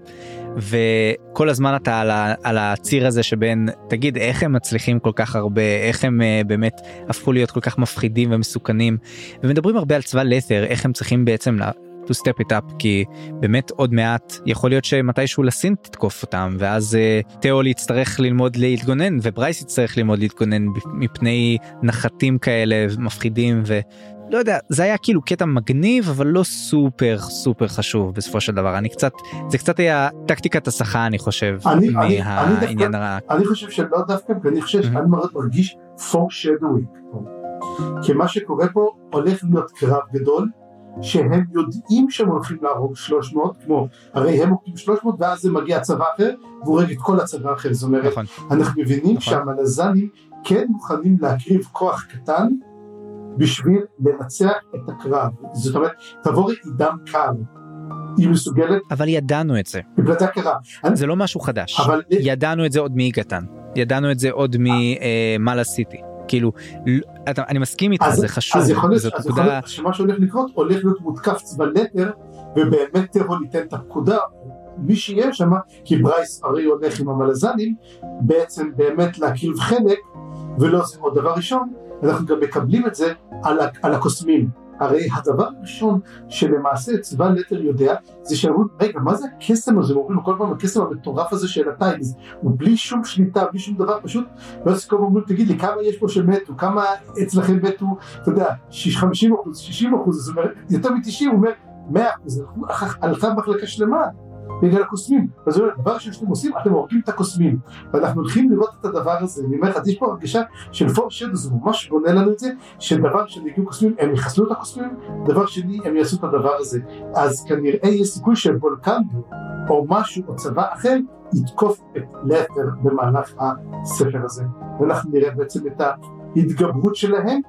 S2: וכל הזמן אתה על, ה, על הציר הזה שבין, תגיד, איך הם מצליחים כל כך הרבה, איך הם uh, באמת הפכו להיות כל כך מפחידים ומסוכנים, ומדברים הרבה על צבא לת'ר, איך הם צריכים בעצם to step it up, כי באמת עוד מעט יכול להיות שמתישהו לסין תתקוף אותם, ואז uh, תיאול יצטרך ללמוד להתגונן, וברייס יצטרך ללמוד להתגונן מפני נחתים כאלה מפחידים, ו... לא יודע, זה היה כאילו קטע מגניב, אבל לא סופר סופר חשוב בסופו של דבר. אני קצת, זה קצת היה טקטיקת השכה, אני חושב, מהעניין הרע.
S3: אני חושב שלא דווקא, אני חושב שאני מאוד מרגיש foreshadowing. כי מה שקורה פה הולך להיות קרב גדול, שהם יודעים שהם הולכים להרוג שלוש מאות, כמו, הרי הם הולכים שלוש מאות, ואז זה מגיע צבא אחר, והוא הורג את כל הצבא אחר. זאת אומרת, אנחנו מבינים שהמלזנים כן מוכנים להקריב כוח קטן, בשביל לנצח את הקרב. זאת אומרת, תבורי היא דם קר, היא מסוגלת...
S2: אבל ידענו את זה.
S3: בפלטה קרה.
S2: זה לא משהו חדש. אבל... ידענו את זה עוד מאיגתן. ידענו את זה עוד ממאלה סיטי. כאילו, אני מסכים איתך, זה חשוב.
S3: אז יכול להיות שמה שהולך לקרות, הולך להיות מותקף צבא לת'ר, ובאמת תבוא ניתן את הפקודה, מי שיהיה שם, כי ברייס הרי הולך עם המלזנים, בעצם באמת להקריב חלק, ולא זה עוד דבר ראשון, אנחנו גם מקבלים את זה על, על הקוסמים. הרי הדבר הראשון שלמעשה צבא לת'ר יודע, זה שאומרים, רגע, מה זה הקסם הזה? אומרים, כל פעם הקסם המטורף הזה של הטיימס, הוא בלי שום שליטה, בלי שום דבר פשוט, ואז כל פעם אומרים, תגיד לי, כמה יש פה שמתו, כמה אצלכם מתו, אתה יודע, חמישים אחוז, שישים אחוז, זאת אומרת, יותר מ-תשעים, הוא אומר, מאה אחוז, הלכה מחלקה שלמה, בגלל הקוסמים. אז הדבר שאתם עושים, אתם הורגים את הקוסמים, ואנחנו הולכים לראות את הדבר הזה. אני אומר לך, יש פה הרגשה של פורשד, זה ממש בונה לנו את זה, שדבר שנגיעו קוסמים, הם יחסלו את הקוסמים, דבר שני, הם יעשו את הדבר הזה. אז כנראה יש סיכוי של וולקנדו, או משהו, או צבא אחר, יתקוף את לת'ר במהלך הספר הזה. ואנחנו נראה בעצם את ההתגברות שלהם,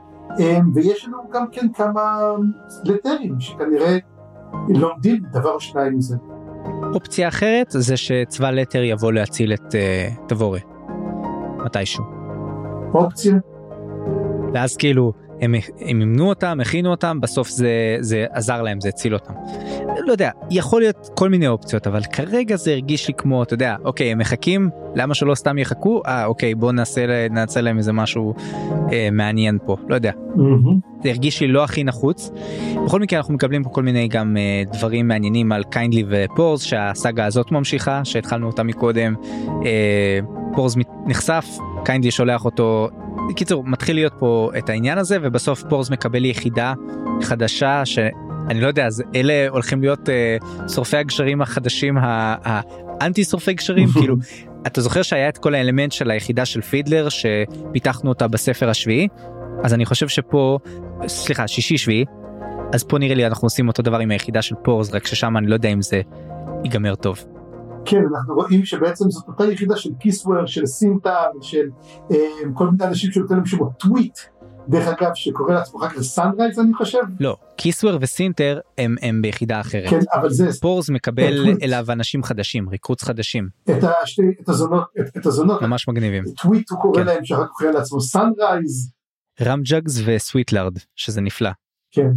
S3: ויש לנו גם כן כמה לת'רים, שכנראה לומדים דבר או שניים מזה.
S2: אופציה אחרת זה שצבא לת'ר יבוא להציל את uh, תבורי מתישהו.
S3: אופציה.
S2: ואז כאילו הם, הם אימנו אותם, הכינו אותם, בסוף זה, זה עזר להם, זה הציל אותם. לא יודע, יכול להיות כל מיני אופציות, אבל כרגע זה הרגיש לי כמו, אתה יודע, אוקיי, הם מחכים, למה שלא סתם יחכו? אה, אוקיי, בוא נעשה, נעשה להם איזה משהו אה, מעניין פה, לא יודע. Mm-hmm. זה הרגיש לי לא הכי נחוץ. בכל מקרה, אנחנו מקבלים פה כל מיני גם אה, דברים מעניינים על קיינדלי ופורס, שהסאגה הזאת ממשיכה, שהתחלנו אותה מקודם. אה, פורס נחשף, קיינדלי שולח אותו, בקיצור, מתחיל להיות פה את העניין הזה, ובסוף פורס מקבל יחידה חדשה, שאני לא יודע, אז אלה הולכים להיות אה, שורפי הגשרים החדשים, האנטי שורפי גשרים, כאילו, אתה זוכר שהיה את כל האלמנט של היחידה של פידלר, שפיתחנו אותה בספר השביעי, אז אני חושב שפה, סליחה, שישי שביעי, אז פה נראה לי אנחנו עושים אותו דבר עם היחידה של פורס, רק ששם אני לא יודע אם זה ייגמר טוב.
S3: כן, אנחנו רואים שבעצם זאת אותה יחידה של קיסוור, של סינטה, של אה, כל מיני אנשים שנותן להם שמו טוויט, דרך אגב, שקורא לעצמו רק לסנרייז, אני חושב.
S2: לא, קיסוור וסינטר הם, הם ביחידה אחרת.
S3: כן, אבל זה...
S2: פורס מקבל אליו אנשים חדשים, ריקרוץ חדשים.
S3: את, השתי, את, הזונות, את, את הזונות.
S2: ממש מגניבים.
S3: טוויט הוא קורא
S2: כן.
S3: להם, שאחר כך קורא לעצמו סנרייז.
S2: רמג'אגס וסוויטלארד, שזה נפלא.
S3: כן.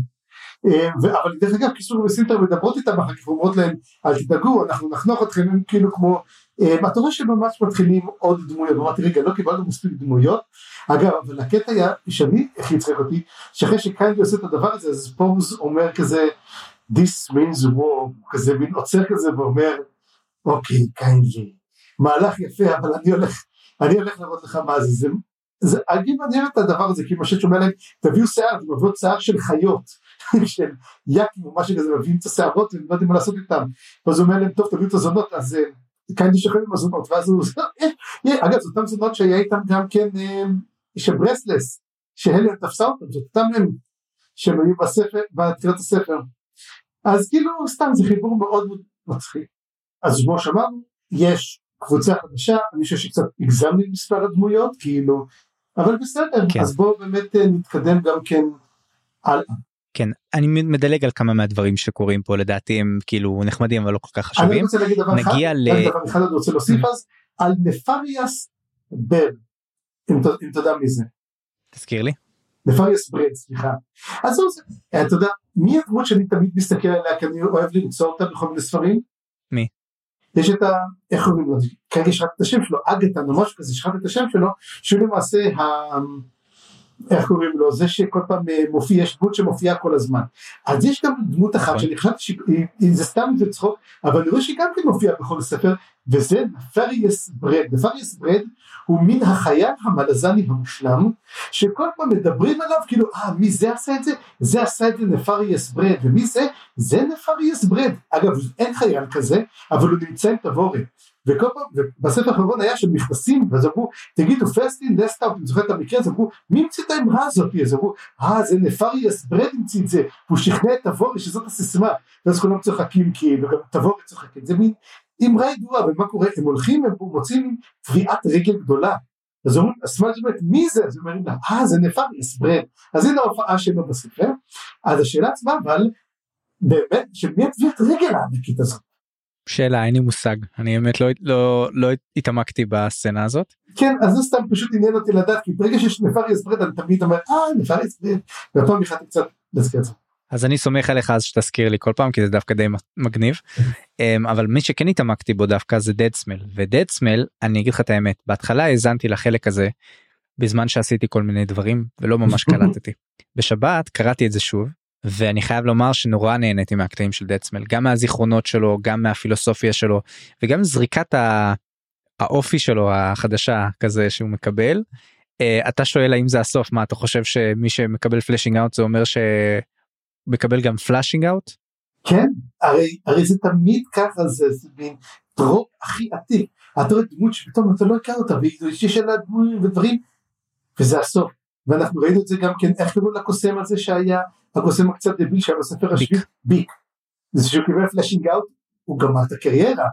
S3: אבל דרך אגב קיסוור וסינטר מדברות איתם אחר כך אומרות להם אל תדאגו אנחנו נחנוך אתכם כאילו כמו אתה רואה שממש מתחילים עוד דמויות ואמרתי רגע לא קיבלנו מספיק דמויות אגב אבל הקטע היה שאני הכי יצחק אותי שאחרי שקיינדלי עושה את הדבר הזה אז פורס אומר כזה this means war כזה מין עוצר כזה ואומר אוקיי קיינדלי מהלך יפה אבל אני הולך אני הולך לראות לך מה זה זה אגיד מעניין את הדבר הזה כי מה ששומע להם תביאו שיער זה מביא שיער של חיות של יקים או משהו כזה מביאים את השערות ולא יודעים מה לעשות איתם ואז הוא אומר להם טוב תביאו את הזונות אז קיינדלי שוכב עם הזונות ואז הוא אגב זאת אותם זונות שהיה איתם גם כן של ברסלס שהלן תפסה אותם זאת אותם הם שהם היו בספר בתחילת הספר אז כאילו סתם זה חיבור מאוד מצחיק אז כמו שאמרנו יש קבוצה חדשה אני חושב שקצת הגזמנו עם מספר הדמויות כאילו אבל בסדר כן. אז בואו באמת נתקדם גם כן הלאה
S2: כן, אני מדלג על כמה מהדברים שקורים פה, לדעתי הם כאילו נחמדים, אבל לא כל כך חשובים.
S3: אני רוצה להגיד דבר אחד, ל... דבר אחד אני רוצה להוסיף אז, על נפריאס ברד, אם אתה יודע מי זה.
S2: תזכיר לי.
S3: נפריאס ברד, סליחה. אז אתה יודע, מי הדמות שאני תמיד מסתכל עליה, כי אני אוהב למצוא אותה בכל מיני ספרים?
S2: מי?
S3: יש את ה... איך קוראים לו? כרגע יש רק את השם שלו, אגתן, או משהו כזה, שחק את השם שלו, שהוא למעשה ה... איך קוראים לו, זה שכל פעם מופיע, יש דמות שמופיעה כל הזמן, אז יש גם דמות אחת שאני חשבתי שזה סתם זה צחוק, אבל אני רואה שהיא גם כן מופיעה בכל הספר, וזה נפריאס ברד, נפריאס ברד הוא מין החייל המלזני המושלם, שכל פעם מדברים עליו, כאילו, אה, מי זה עשה את זה? זה עשה את זה נפריאס ברד, ומי זה? זה נפריאס ברד, אגב, אין חייל כזה, אבל הוא נמצא עם תבורת, וכל פעם, ובספר האחרון היה שהם נכנסים, ואז אמרו, תגידו, פסטין, דסטאפ, אני זוכר את המקרה, אז אמרו, מי המציא את האמרה הזאת? אז אמרו, אה, זה נפריאס ברד המציא את זה, והוא שכנע את תבורת, שזאת הסיסמה, ואז כולם צוחקים, כאילו, וגם תבורת צוחקים, זה מין אמרה ידועה, ומה קורה? הם הולכים, הם מוצאים טביעת רגל גדולה, אז אומרים, אז מה זאת אומרת, מי זה? אז אומרים לה, אה, זה נפריאס ברד, אז הנה ההופעה שלו בספר, אז השאלה עצמה, אבל, באמת, שמי הטביעת רגל הענקית הזאת?
S2: שאלה, אין לי מושג, אני באמת לא, לא, לא התעמקתי בסצנה הזאת.
S3: כן, אז זה סתם פשוט עניין אותי לדעת, כי ברגע שיש נפריאס ברד, אני תמיד אומר, אה, נפריאס ברד, והפעם יכלתי קצת להזכיר את זה.
S2: אז אני סומך עליך אז שתזכיר לי כל פעם, כי זה דווקא די מגניב, אבל מי שכן התעמקתי בו דווקא זה Dead Smell, ו-Dead Smell, אני אגיד לך את האמת, בהתחלה האזנתי לחלק הזה, בזמן שעשיתי כל מיני דברים, ולא ממש קלטתי. בשבת קראתי את זה שוב, ואני חייב לומר שנורא נהניתי מהקטעים של Dead Smell, גם מהזיכרונות שלו, גם מהפילוסופיה שלו, וגם זריקת האופי שלו החדשה כזה שהוא מקבל. אתה שואל האם זה הסוף, מה אתה חושב שמי שמקבל פלאשינג אאוט זה אומר שמקבל גם פלאשינג אאוט?
S3: כן, הרי, הרי זה תמיד ככה, זה, זה מין טרופ הכי עתיק, אתה רואה דמות שפתאום אתה לא הכר אותה, ויש עליה דמות ודברים, וזה הסוף. ואנחנו ראינו את זה גם כן, איך קראו לקוסם הזה שהיה, הקוסם הקצת דביל שהיה בספר השביעי, ביק, זה שהוא קיבל פלאשינג אאוט, הוא גמר את הקריירה,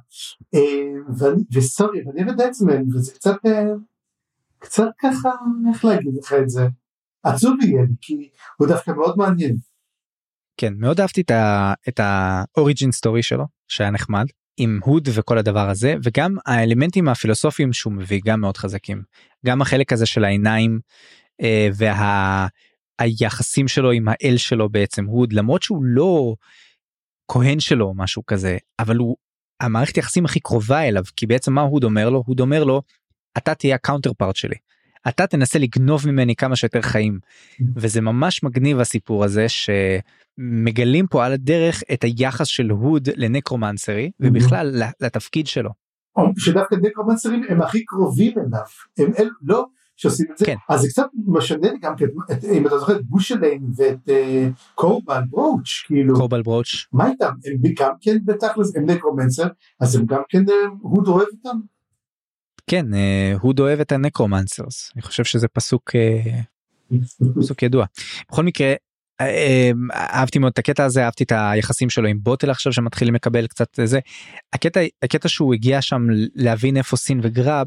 S3: וסורי, ואני אוהב את עצמם, וזה קצת, קצת ככה, איך להגיד לך את זה, עצוב יהיה לי, כי הוא דווקא מאוד מעניין.
S2: כן, מאוד אהבתי את האוריג'ין סטורי שלו, שהיה נחמד, עם הוד וכל הדבר הזה, וגם האלמנטים הפילוסופיים שהוא מביא גם מאוד חזקים, גם החלק הזה של העיניים, וה... היחסים שלו עם האל שלו בעצם הוד, למרות שהוא לא כהן שלו משהו כזה, אבל הוא המערכת יחסים הכי קרובה אליו, כי בעצם מה הוד אומר לו? הוד אומר לו, אתה תהיה הקאונטר פארט שלי, אתה תנסה לגנוב ממני כמה שיותר חיים, וזה ממש מגניב הסיפור הזה, שמגלים פה על הדרך את היחס של הוד לנקרומנסרי, ובכלל לתפקיד שלו.
S3: שדווקא נקרומנסרים הם הכי קרובים אליו, הם אל, לא שעושים את זה, כן. אז זה קצת משנה גם, את, אם אתה זוכר את בושליין ואת uh, קורבל ברוץ', כאילו,
S2: קורבל ברוץ',
S3: מה איתם? הם גם כן בתכלס, הם נקרומנסר, אז הם גם כן, הוד אוהב אותם?
S2: כן, הוד אוהב את הנקרומנסרס, אני חושב שזה פסוק, פסוק ידוע. בכל מקרה, אהבתי מאוד את הקטע הזה, אהבתי את היחסים שלו עם בוטל עכשיו שמתחילים לקבל קצת זה, הקטע, הקטע שהוא הגיע שם להבין איפה סין וגרב,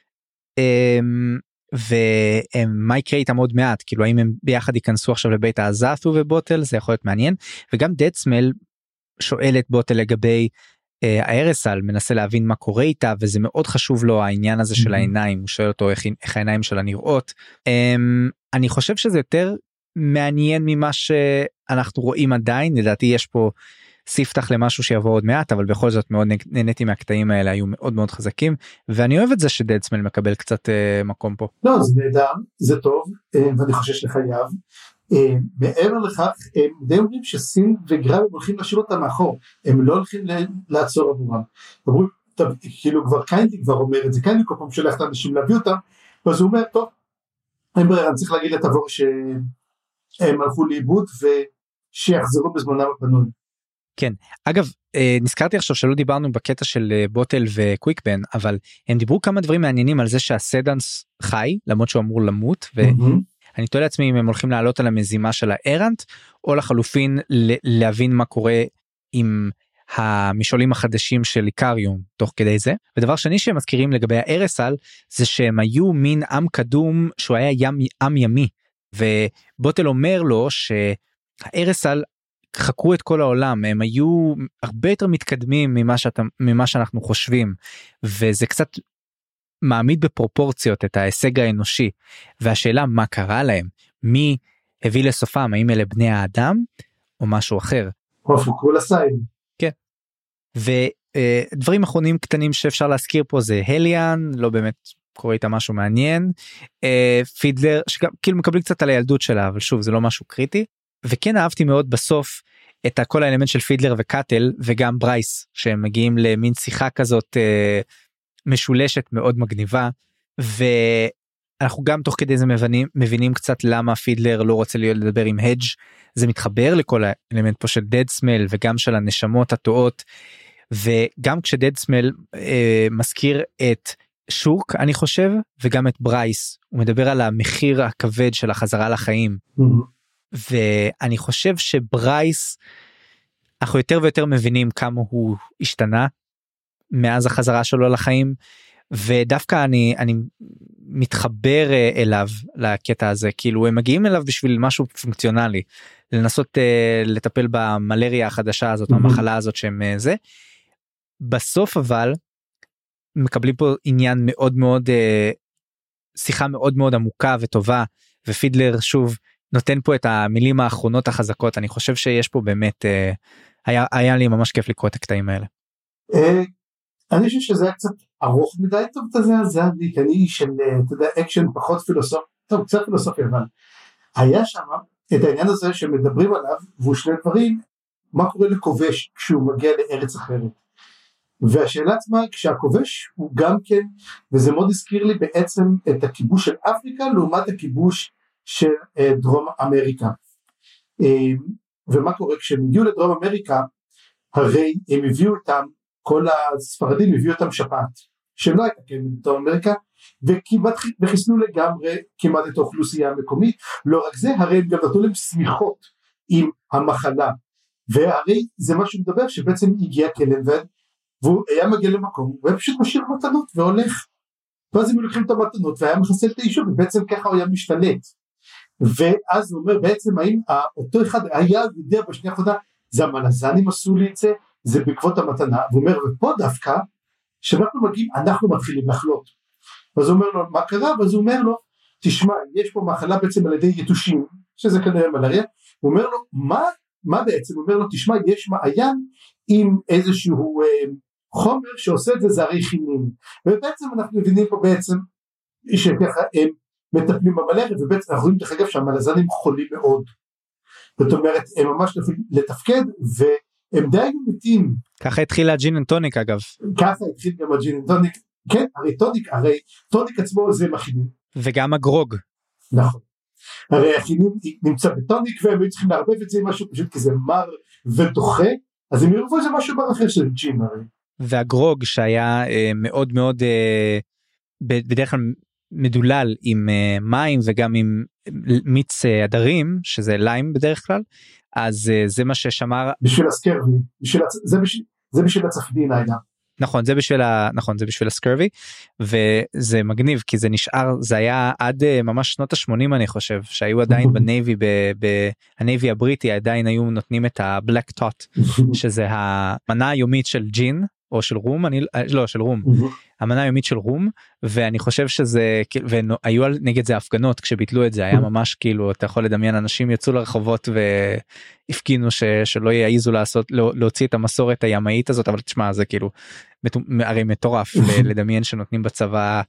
S2: ומה יקרה איתם עוד מעט, כאילו האם הם ביחד ייכנסו עכשיו לבית האזת'ו ובוטל, זה יכול להיות מעניין, וגם דדסמל שואל את בוטל לגבי הארסל, מנסה להבין מה קורה איתה, וזה מאוד חשוב לו העניין הזה של העיניים, הוא שואל אותו איך, איך העיניים שלה נראות, אני חושב שזה יותר מעניין ממה שאנחנו רואים עדיין, לדעתי יש פה ספתח למשהו שיבוא עוד מעט, אבל בכל זאת מאוד נהניתי מהקטעים האלה, היו מאוד מאוד חזקים, ואני אוהב את זה שדדסמל מקבל קצת uh, מקום פה.
S3: לא, זה נהדר, זה טוב, ואני חושש לחייו. מעבר לכך, הם די אומרים שסין וגרב הם הולכים להשאיר אותם מאחור, הם לא הולכים לעצור עבורם. אמרו, כאילו כבר קיינדי כבר אומר את זה, קיינדי כל פעם שולח את האנשים להביא אותם, ואז הוא אומר, טוב, אין ברירה, אני צריך להגיד לתבור שהם הלכו לאיבוד, ושיחזרו בזמנם הפנוי.
S2: כן, אגב, נזכרתי עכשיו שלא דיברנו בקטע של בוטל וקוויקבן, אבל הם דיברו כמה דברים מעניינים על זה שהסדנס חי, למרות שהוא אמור למות, ואני תוהה לעצמי אם הם הולכים לעלות על המזימה של הארנט, או לחלופין להבין מה קורה עם המשעולים החדשים של איקריום תוך כדי זה. ודבר שני שהם מזכירים לגבי הארסל, זה שהם היו מין עם קדום שהוא היה ים, עם ימי, ובוטל אומר לו שהארסל חקרו את כל העולם, הם היו הרבה יותר מתקדמים ממה, שאתה, ממה שאנחנו חושבים, וזה קצת מעמיד בפרופורציות את ההישג האנושי, והשאלה מה קרה להם, מי הביא לסופם, האם אלה בני האדם, או משהו אחר.
S3: או פוקרו לסיים.
S2: כן, ודברים אחרונים קטנים שאפשר להזכיר פה, זה הליאן, לא באמת קורה איתה משהו מעניין, פידלר, שכאילו מקבלים קצת על הילדות שלה, אבל שוב זה לא משהו קריטי, וכן אהבתי מאוד בסוף את כל האלמנט של פידלר וקאטל וגם ברייס שהם מגיעים למין שיחה כזאת אה, משולשת מאוד מגניבה, ואנחנו גם תוך כדי זה מבינים, מבינים קצת למה פידלר לא רוצה להיות לדבר עם הדג', זה מתחבר לכל האלמנט פה של דדסמל וגם של הנשמות הטועות, וגם כשדדסמל אה, מזכיר את שורק אני חושב וגם את ברייס, הוא מדבר על המחיר הכבד של החזרה לחיים, mm-hmm. ואני חושב שברייס אנחנו יותר ויותר מבינים כמה הוא השתנה מאז החזרה שלו לחיים, ודווקא אני אני מתחבר אליו לקטע הזה, כאילו הם מגיעים אליו בשביל משהו פונקציונלי, לנסות uh, לטפל במלריה החדשה הזאת, mm-hmm. המחלה הזאת שהם uh, זה, בסוף אבל מקבלים פה עניין מאוד מאוד uh, שיחה מאוד מאוד עמוקה וטובה, ופידלר שוב נותן פה את המילים האחרונות החזקות, אני חושב שיש פה באמת, אה, היה, היה לי ממש כיף לקרוא את הקטעים האלה.
S3: אה, אני חושב שזה היה קצת ארוך מדי, טוב, את זה, זה אני, כי אני איש של, אתה יודע, אקשן פחות פילוסופי, טוב, קצת פילוסופי, אבל היה שם את העניין הזה שמדברים עליו, והוא שני דברים, מה קורה לכובש כשהוא מגיע לארץ אחרת, והשאלה עצמה, כשהכובש הוא גם כן, וזה מאוד הזכיר לי בעצם את הכיבוש של אפריקה, לעומת הכיבוש של דרום אמריקה, ומה קורה כשהם הגיעו לדרום אמריקה, הרי הם הביאו אותם, כל הספרדים הביאו אותם שפעת, שלא הייתה כן בדרום אמריקה, וכמעט וחיסנו לגמרי כמעט את האוכלוסייה המקומית, לא רק זה, הרי הם גם נתנו להם סמיכות עם המחלה, והרי זה מה שהוא מדבר, שבעצם הגיע כלב, והוא היה מגיע למקום, והם פשוט משאיר מתנות והולך, ואז הם לוקחים את המתנות, והיה מחסל את היישוב, ובעצם ככה הוא היה משתלט, ואז הוא אומר בעצם האם אותו אחד היה יודע בשנייה האחרונה, זה המלזנים עשו לי את זה, זה בעקבות המתנה, והוא אומר ופה דווקא שאנחנו מגיעים, אנחנו מתחילים לחלות, אז הוא אומר לו מה קרה, ואז הוא אומר לו תשמע, יש פה מחלה בעצם על ידי יתושים, שזה כנראה מלריה, הוא אומר לו, מה, מה בעצם? הוא אומר לו, תשמע, יש מעיין עם איזשהו אה, חומר שעושה את זה זרי חינים, ובעצם אנחנו מבינים פה בעצם, שככה הם מטפלים במלריה, ובעצם אנחנו רואים דרך אגב שהמלזנים חולים מאוד, זאת אומרת, הם ממש יכולים לתפקד, והם די מתים.
S2: ככה התחיל הג'ין אנד טוניק אגב.
S3: ככה התחיל גם הג'ין אנד טוניק, כן, הרי טוניק, הרי טוניק עצמו זה מכינים.
S2: וגם הגרוג.
S3: נכון. הרי הכינים נמצא בטוניק, והם היו צריכים להרבב את זה עם משהו פשוט כזה מר ודוחה, אז הם ירבו את זה משהו בר אחר של ג'ין הרי.
S2: והגרוג שהיה אה, מאוד מאוד אה, בדרך כלל מדולל עם אה, מים וגם עם מיץ אה, הדרים, שזה ליים בדרך כלל, אז אה, זה מה ששמר...
S3: בשביל הסקרבי, בשביל, זה, בשביל, זה בשביל הצפדין הייתה. נכון,
S2: זה בשביל ה... נכון, זה בשביל הסקרבי, וזה מגניב, כי זה נשאר, זה היה עד ממש שנות ה-שמונים אני חושב, שהיו עדיין בנייבי, בנייבי הבריטי עדיין היו נותנים את הבלק טוט, שזה המנה היומית של ג'ין, או של רום, אני לא, של רום, המנה היומית של רום, ואני חושב שזה, והיו נגד זה הפגנות, כשביטלו את זה, היה ממש כאילו, אתה יכול לדמיין, אנשים יצאו לרחובות והפגינו שלא יעיזו לעשות, להוציא את המסורת הימאית הזאת, אבל תשמע, זה כאילו, הרי מטורף לדמיין שנותנים בצבא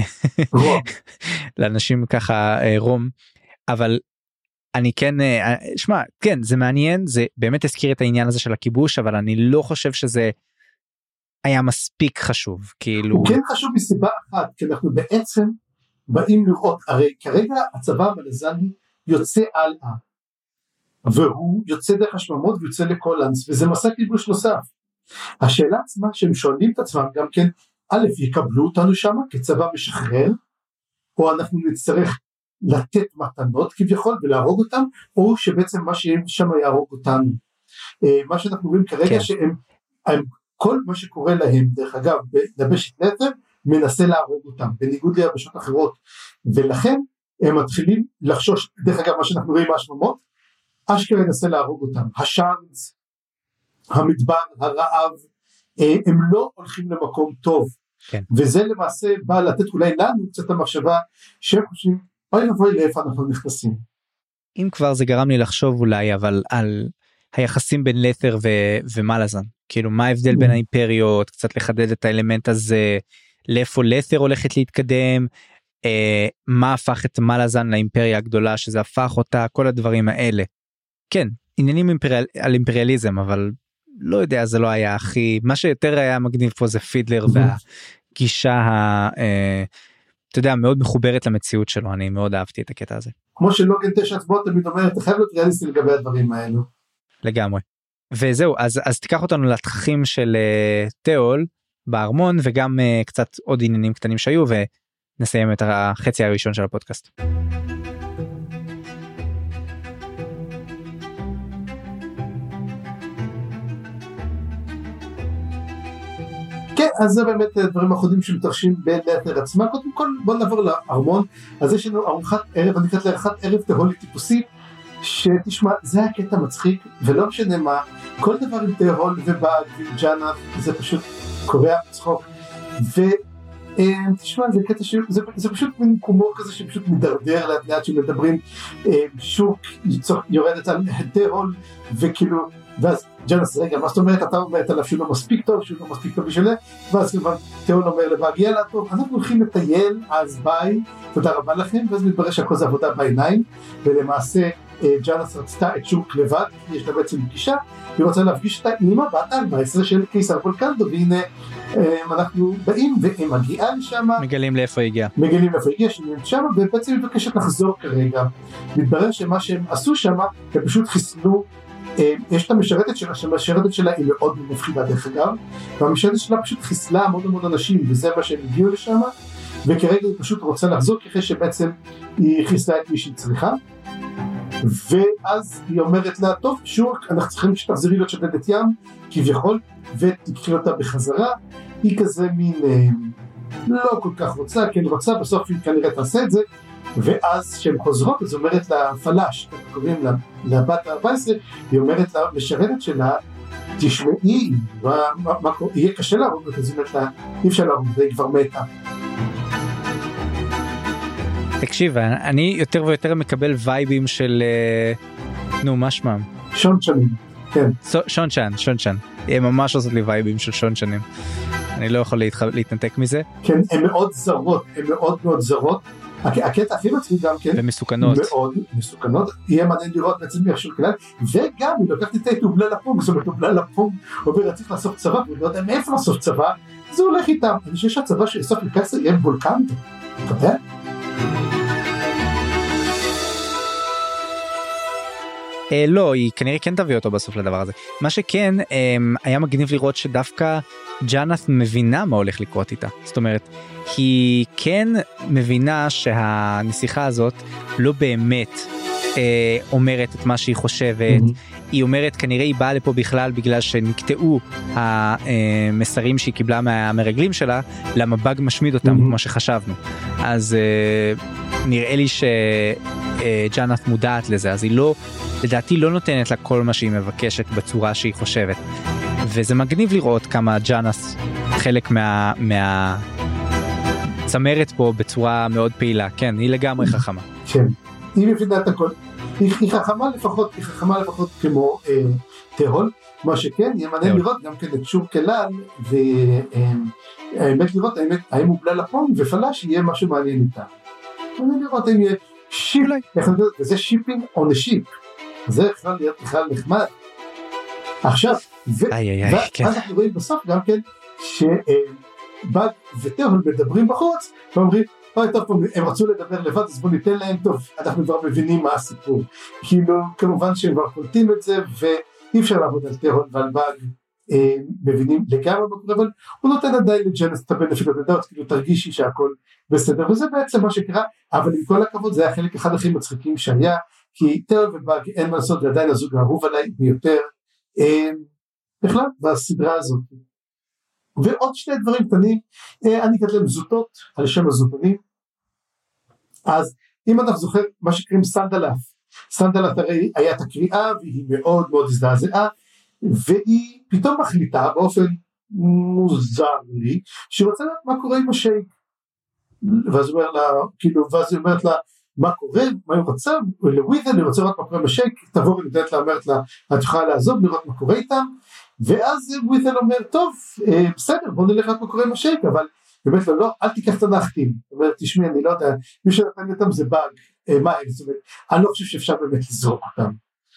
S2: לאנשים ככה רום, אבל אני כן, שמע, כן, זה מעניין, זה באמת הזכיר את העניין הזה של הכיבוש, אבל אני לא חושב שזה היה מספיק חשוב, כאילו...
S3: הוא כן חשוב מסיבה אחת, כי אנחנו בעצם באים לראות, הרי כרגע הצבא המלזני יוצא הלאה, והוא יוצא דרך השממות ויוצא לקולנס, וזה מסע כיבוש נוסף. השאלה עצמה שהם שואלים את עצמם גם כן, א', יקבלו אותנו שם כצבא משחרר, או אנחנו נצטרך לתת מתנות כביכול ולהרוג אותם, או שבעצם מה שהם שם יהרוג אותנו. מה שאנחנו רואים כרגע כן. שהם... הם, כל מה שקורה להם, דרך אגב, בדבשת נתר, מנסה להרוג אותם, בניגוד ליבשות אחרות, ולכן הם מתחילים לחשוש, דרך אגב, מה שאנחנו רואים מהשממות, אשכרה ינסה להרוג אותם, השאנז, המדבר, הרעב, הם לא הולכים למקום טוב,
S2: כן.
S3: וזה למעשה בא לתת אולי לנו קצת המחשבה, שהם חושבים, אוי נבואי לאיפה אנחנו נכנסים.
S2: אם כבר זה גרם לי לחשוב אולי, אבל על היחסים בין לת'ר ו- ומלאזן, כאילו מה ההבדל בין האימפריות, קצת לחדד את האלמנט הזה, לאיפה לת'ר הולכת להתקדם, אה, מה הפך את מלאזן לאימפריה הגדולה, שזה הפך אותה, כל הדברים האלה. כן, עניינים אימפריאל, על אימפריאליזם, אבל לא יודע, זה לא היה הכי, מה שיותר היה מגניב פה זה פידלר, והגישה, ה, אה, אתה יודע, מאוד מחוברת למציאות שלו, אני מאוד אהבתי את הקטע הזה.
S3: כמו שלוגן תשע עצמות תמיד אומר, אתה חייב להיות ריאליסטי לגבי הדברים האלו.
S2: לגמרי. וזהו, אז, אז תיקח אותנו לתככים של uh, תיאול בארמון, וגם uh, קצת עוד עניינים קטנים שהיו, ונסיים את החצי הראשון של הפודקאסט.
S3: כן, אז זה באמת דברים אחרונים שמתרחשים בין לת'ר עצמה. קודם כל בוא נעבור לארמון, אז יש לנו ארוחת ערב, אני קראת לארוחת ערב תהולי טיפוסית, שתשמע, זה הקטע מצחיק, ולא משנה מה, כל דבר עם תהול ובאג וג'אנה, זה פשוט קורע צחוק, ותשמע, זה קטע ש... זה, זה פשוט מין קומור כזה שפשוט מדרדר לאט לאט שמדברים, שוק יורדת על תהול, וכאילו, ואז ג'אנס, רגע, מה זאת אומרת, אתה אומרת עליו שהוא לא מספיק טוב, שהוא לא מספיק טוב בשבילה, ואז תהול אומר לבאג, יאללה טוב, אנחנו הולכים לטייל, אז ביי, תודה רבה לכם, ואז מתברר שהכל זה עבודה בעיניים, ולמעשה, ג'אנס רצתה את שוק לבד, יש לה בעצם פגישה, היא רוצה להפגיש אותה עם הבת ארבע עשרה של קיסר וולקנדו, והנה אנחנו באים והיא מגיעה לשם,
S2: מגלים לאיפה היא הגיעה,
S3: מגלים לאיפה היא הגיעה, שהיא שם, ובעצם היא מבקשת לחזור כרגע, מתברר שמה שהם עשו שם, הם פשוט חיסלו, יש את המשרתת שלה, שהמשרתת שלה היא מאוד מפחידה דרך אגב, והמשרתת שלה פשוט חיסלה מאוד מאוד אנשים, וזה מה שהם הגיעו לשם, וכרגע היא פשוט רוצה לחזור, ככה שבעצם היא חיסלה את מי שהיא צריכה, ואז היא אומרת לה, טוב, שוק, אנחנו צריכים שתחזרי להיות שדדת ים, כביכול, ותקחי אותה בחזרה, היא כזה מין, אה, לא כל כך רוצה, כן רוצה, בסוף היא כנראה תעשה את זה, ואז כשהן חוזרות, אז אומרת לה, פלש, קוראים לה, לבת ה-ארבע עשרה, היא אומרת לה, משרדת שלה, תשמעי, מה, מה, מה, יהיה קשה להרוג, אז היא אומרת לה, אי אפשר להרוג, והיא כבר מתה.
S2: תקשיב, אני יותר ויותר מקבל וייבים של, נו, מה שמם?
S3: שונשנים, כן.
S2: שונשן, שונשן. הם ממש עושות לי וייבים של שונשנים. אני לא יכול להתנתק מזה.
S3: כן, הן מאוד זרות, הן מאוד מאוד זרות. הקטע הכי מצחיק גם כן.
S2: ומסוכנות.
S3: מאוד מסוכנות. יהיה מעניין לראות בעצם איך של כלל. וגם, היא לוקחת את תובלה לפונג, זאת אומרת, תובלה לפונג, אומר, צריך לאסוף צבא, ואני לא יודע מאיפה לאסוף צבא, זה הולך איתם. אני חושב שהצבא שאסוף לקסר יהיה וולקן. אתה יודע?
S2: לא, היא כנראה כן תביא אותו בסוף לדבר הזה. מה שכן, היה מגניב לראות שדווקא ג'אנת מבינה מה הולך לקרות איתה. זאת אומרת, היא כן מבינה שהנסיכה הזאת לא באמת אה, אומרת את מה שהיא חושבת. Mm-hmm. היא אומרת, כנראה היא באה לפה בכלל בגלל שנקטעו המסרים שהיא קיבלה מהמרגלים שלה, למה באג משמיד אותם, mm-hmm. כמו שחשבנו. אז אה, נראה לי שג'אנת מודעת לזה, אז היא לא, לדעתי לא נותנת לה כל מה שהיא מבקשת בצורה שהיא חושבת. וזה מגניב לראות כמה ג'אנס חלק מה, מה... צמרת פה בצורה מאוד פעילה. כן, היא לגמרי חכמה.
S3: כן, היא מבינה את הכל. היא, היא חכמה לפחות, היא חכמה לפחות כמו אה, תהול. מה שכן, יהיה מעניין לראות גם כן את שור כלל, והאמת לראות, האמת, האם הוא בלה לפונג ופלש יהיה משהו מעניין איתה. מעניין לראות אם יהיה שיפ, וזה שיפינג on a ship. זה יכול להיות בכלל נחמד. עכשיו, ואז אנחנו רואים בסוף גם כן, שבאג ותהול מדברים בחוץ, ואומרים, אוי טוב, הם רצו לדבר לבד, אז בוא ניתן להם, טוב, אנחנו כבר מבינים מה הסיפור. כאילו, כמובן שהם כבר קולטים את זה, ואי אפשר לעבוד על תהול ועל באג, מבינים לגמרי מה, אבל הוא נותן עדיין לג'נס את הבנפיט הדעות, כאילו תרגישי שהכל בסדר, וזה בעצם מה שקרה, אבל עם כל הכבוד, זה היה חלק אחד הכי מצחיקים שהיה, כי תהול ובאג אין מה לעשות, ועדיין הזוג האהוב עליי ביותר, בכלל, בסדרה הזאת. ועוד שני דברים קטנים, אני אקרא להם זוטות, על שם הזוטונים. אז אם אנחנו זוכר מה שקוראים סנדלף, סנדלף הרי היה את הקריאה, והיא מאוד מאוד הזדעזעה, והיא פתאום מחליטה באופן מוזר לי, שהיא רוצה לדעת מה קורה עם השייק. ואז היא אומרת לה, כאילו, ואז היא אומרת לה, מה קורה, מה היא רוצה, לווית'ן, אני רוצה לראות מה קורה בשייק, תבוא ונותנת לה, אומרת לה, את יכולה לעזוב, לראות מה קורה איתם, ואז ווית'ן אומר, טוב, בסדר, בוא נלך לראות מה קורה עם השייק, אבל באמת לא, לא, אל תיקח את הנחתים, אומרת, תשמעי, אני לא יודע, מי שנתן לי אותם זה באג, מה הם, זאת אומרת, אני לא חושב שאפשר באמת לזרוק אותם,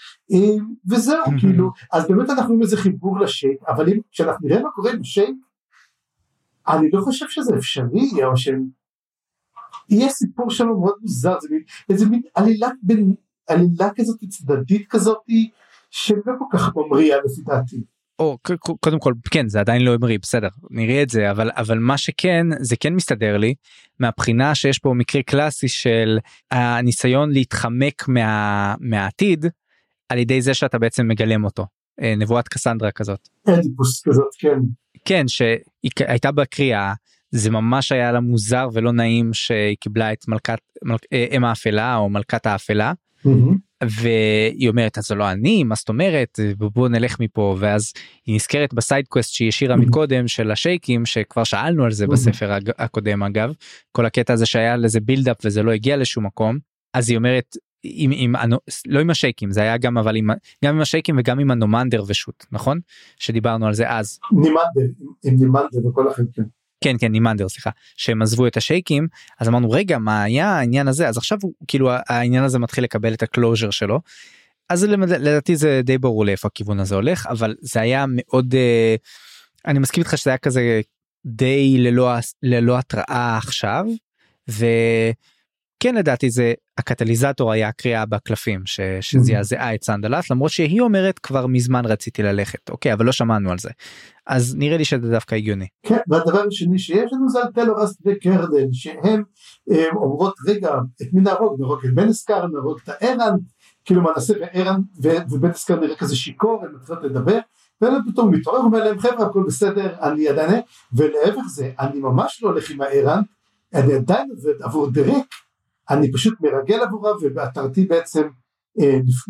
S3: וזהו, כאילו, אז באמת אנחנו עם איזה חיבור לשייק, אבל אם, כשאנחנו נראה מה קורה עם השייק, אני לא חושב שזה אפשרי, או שהם, יהיה סיפור שלו מאוד מוזר, זה מין, איזה מין עלילה, בין, עלילה כזאת צדדית כזאת, שלא כל כך ממריאה לפי דעתי.
S2: או, קודם כל, כן, זה עדיין לא ממריא, בסדר, נראה את זה, אבל, אבל מה שכן, זה כן מסתדר לי, מהבחינה שיש פה מקרה קלאסי של הניסיון להתחמק מה, מהעתיד, על ידי זה שאתה בעצם מגלם אותו, נבואת קסנדרה כזאת.
S3: אדיפוס כזאת, כן.
S2: כן, שהייתה בקריאה, זה ממש היה לה מוזר ולא נעים שהיא קיבלה את מלכת, מלכ, אם האפלה או מלכת האפלה, mm-hmm. והיא אומרת, אז זה לא אני, מה זאת אומרת, בואו נלך מפה, ואז היא נזכרת בסייד קווסט שהיא השאירה mm-hmm. מקודם של השייקים, שכבר שאלנו על זה mm-hmm. בספר הקודם אגב, כל הקטע הזה שהיה לזה בילדאפ וזה לא הגיע לשום מקום, אז היא אומרת, עם, עם, לא עם השייקים, זה היה גם, אבל עם, גם עם השייקים וגם עם הנומנדר ושוט, נכון? שדיברנו על זה אז.
S3: נימנדר, עם נימנדר וכל החלקים.
S2: כן, כן, נימנדר, סליחה, שהם עזבו את השייקים, אז אמרנו, רגע, מה היה העניין הזה? אז עכשיו, כאילו, העניין הזה מתחיל לקבל את הקלוז'ר שלו, אז לדעתי זה די ברור לאיפה הכיוון הזה הולך, אבל זה היה מאוד, אני מסכים איתך שזה היה כזה די ללא, ללא התראה עכשיו, וכן, לדעתי זה, הקטליזטור היה הקריאה בקלפים, ש, שזעזעה את סנדלף, למרות שהיא אומרת, כבר מזמן רציתי ללכת, אוקיי, אבל לא שמענו על זה. אז נראה לי שזה דווקא הגיוני.
S3: כן, והדבר השני שיש לנו זה על טלורס וקרדן, שהם אומרות, רגע, את מי נהרוג? נהרוג את בנסקר, נהרוג את הארן, כאילו מה נעשה בארן, ובנסקר נראה כזה שיקור, הם מתחילות לדבר, ואלה פתאום מתעורר, אומר להם, חבר'ה, הכל בסדר, אני עדיין, ולעבר זה, אני ממש לא הולך עם הארן, אני עדיין עבור דרק, אני פשוט מרגל עבורה, ובאתרתי בעצם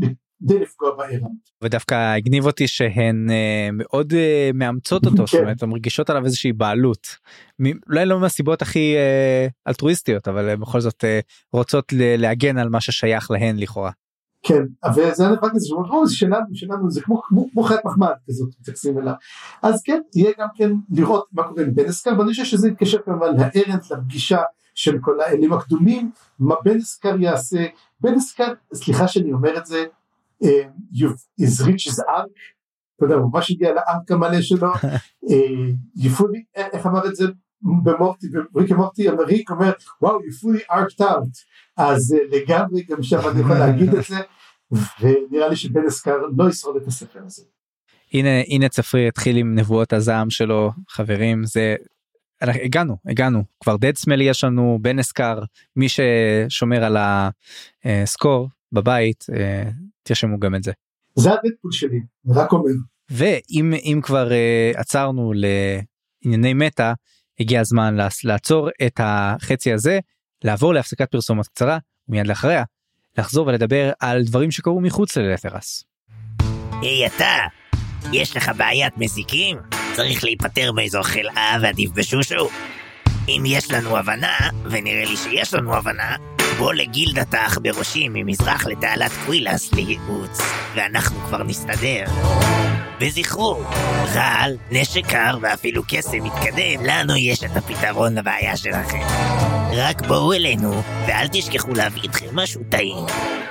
S3: די לפגוע בארנט.
S2: ודווקא הגניב אותי שהן uh, מאוד uh, מאמצות אותו, זאת אומרת, הן מרגישות עליו איזושהי בעלות, אולי לא מהסיבות הכי uh, אלטרואיסטיות, אבל בכל זאת uh, רוצות להגן על מה ששייך להן לכאורה.
S3: כן, וזה נפק איזה שאומר, זה שלנו, שלנו, זה כמו, כמו, כמו חיית מחמד כזאת, מתייחסים אליו. אז כן, יהיה גם כן לראות מה קורה עם בנסקר, ואני חושב שזה יתקשר כמובן לארנט, לפגישה של כל האלים הקדומים, מה בנסקר יעשה, בנסקר, סליחה שאני אומר את זה, uh, is rich as ark, אתה יודע, הוא ממש הגיע לארק המלא שלו, uh, fully, איך אמר את זה במורטי, בריק מורטי, אמריק אומר, וואו, you fully arced out, אז uh, לגמרי גם שם אני יכול להגיד את זה, ונראה לי שבנסקר לא ישרוד את הספר הזה.
S2: הנה, הנה צפריר התחיל עם נבואות הזעם שלו, חברים, זה, הגענו, הגענו, כבר דד סמל יש לנו, בנסקר, מי ששומר על הסקור בבית, תרשמו גם את זה.
S3: זה הדדפול שלי, רק אומר.
S2: ואם כבר עצרנו לענייני מטה, הגיע הזמן לעצור את החצי הזה, לעבור להפסקת פרסומת קצרה, ומיד לאחריה, לחזור ולדבר על דברים שקרו מחוץ ללתרס.
S5: היי אתה, יש לך בעיית מזיקים? צריך להיפטר מאיזו חלאה ועדיף בשושו? אם יש לנו הבנה, ונראה לי שיש לנו הבנה, בוא לגילדת העכברושים ממזרח לתעלת קווילס לייעוץ, ואנחנו כבר נסתדר. וזכרו, רעל, נשק קר ואפילו קסם מתקדם, לנו יש את הפתרון לבעיה שלכם. רק בואו אלינו, ואל תשכחו להביא איתכם משהו טעים.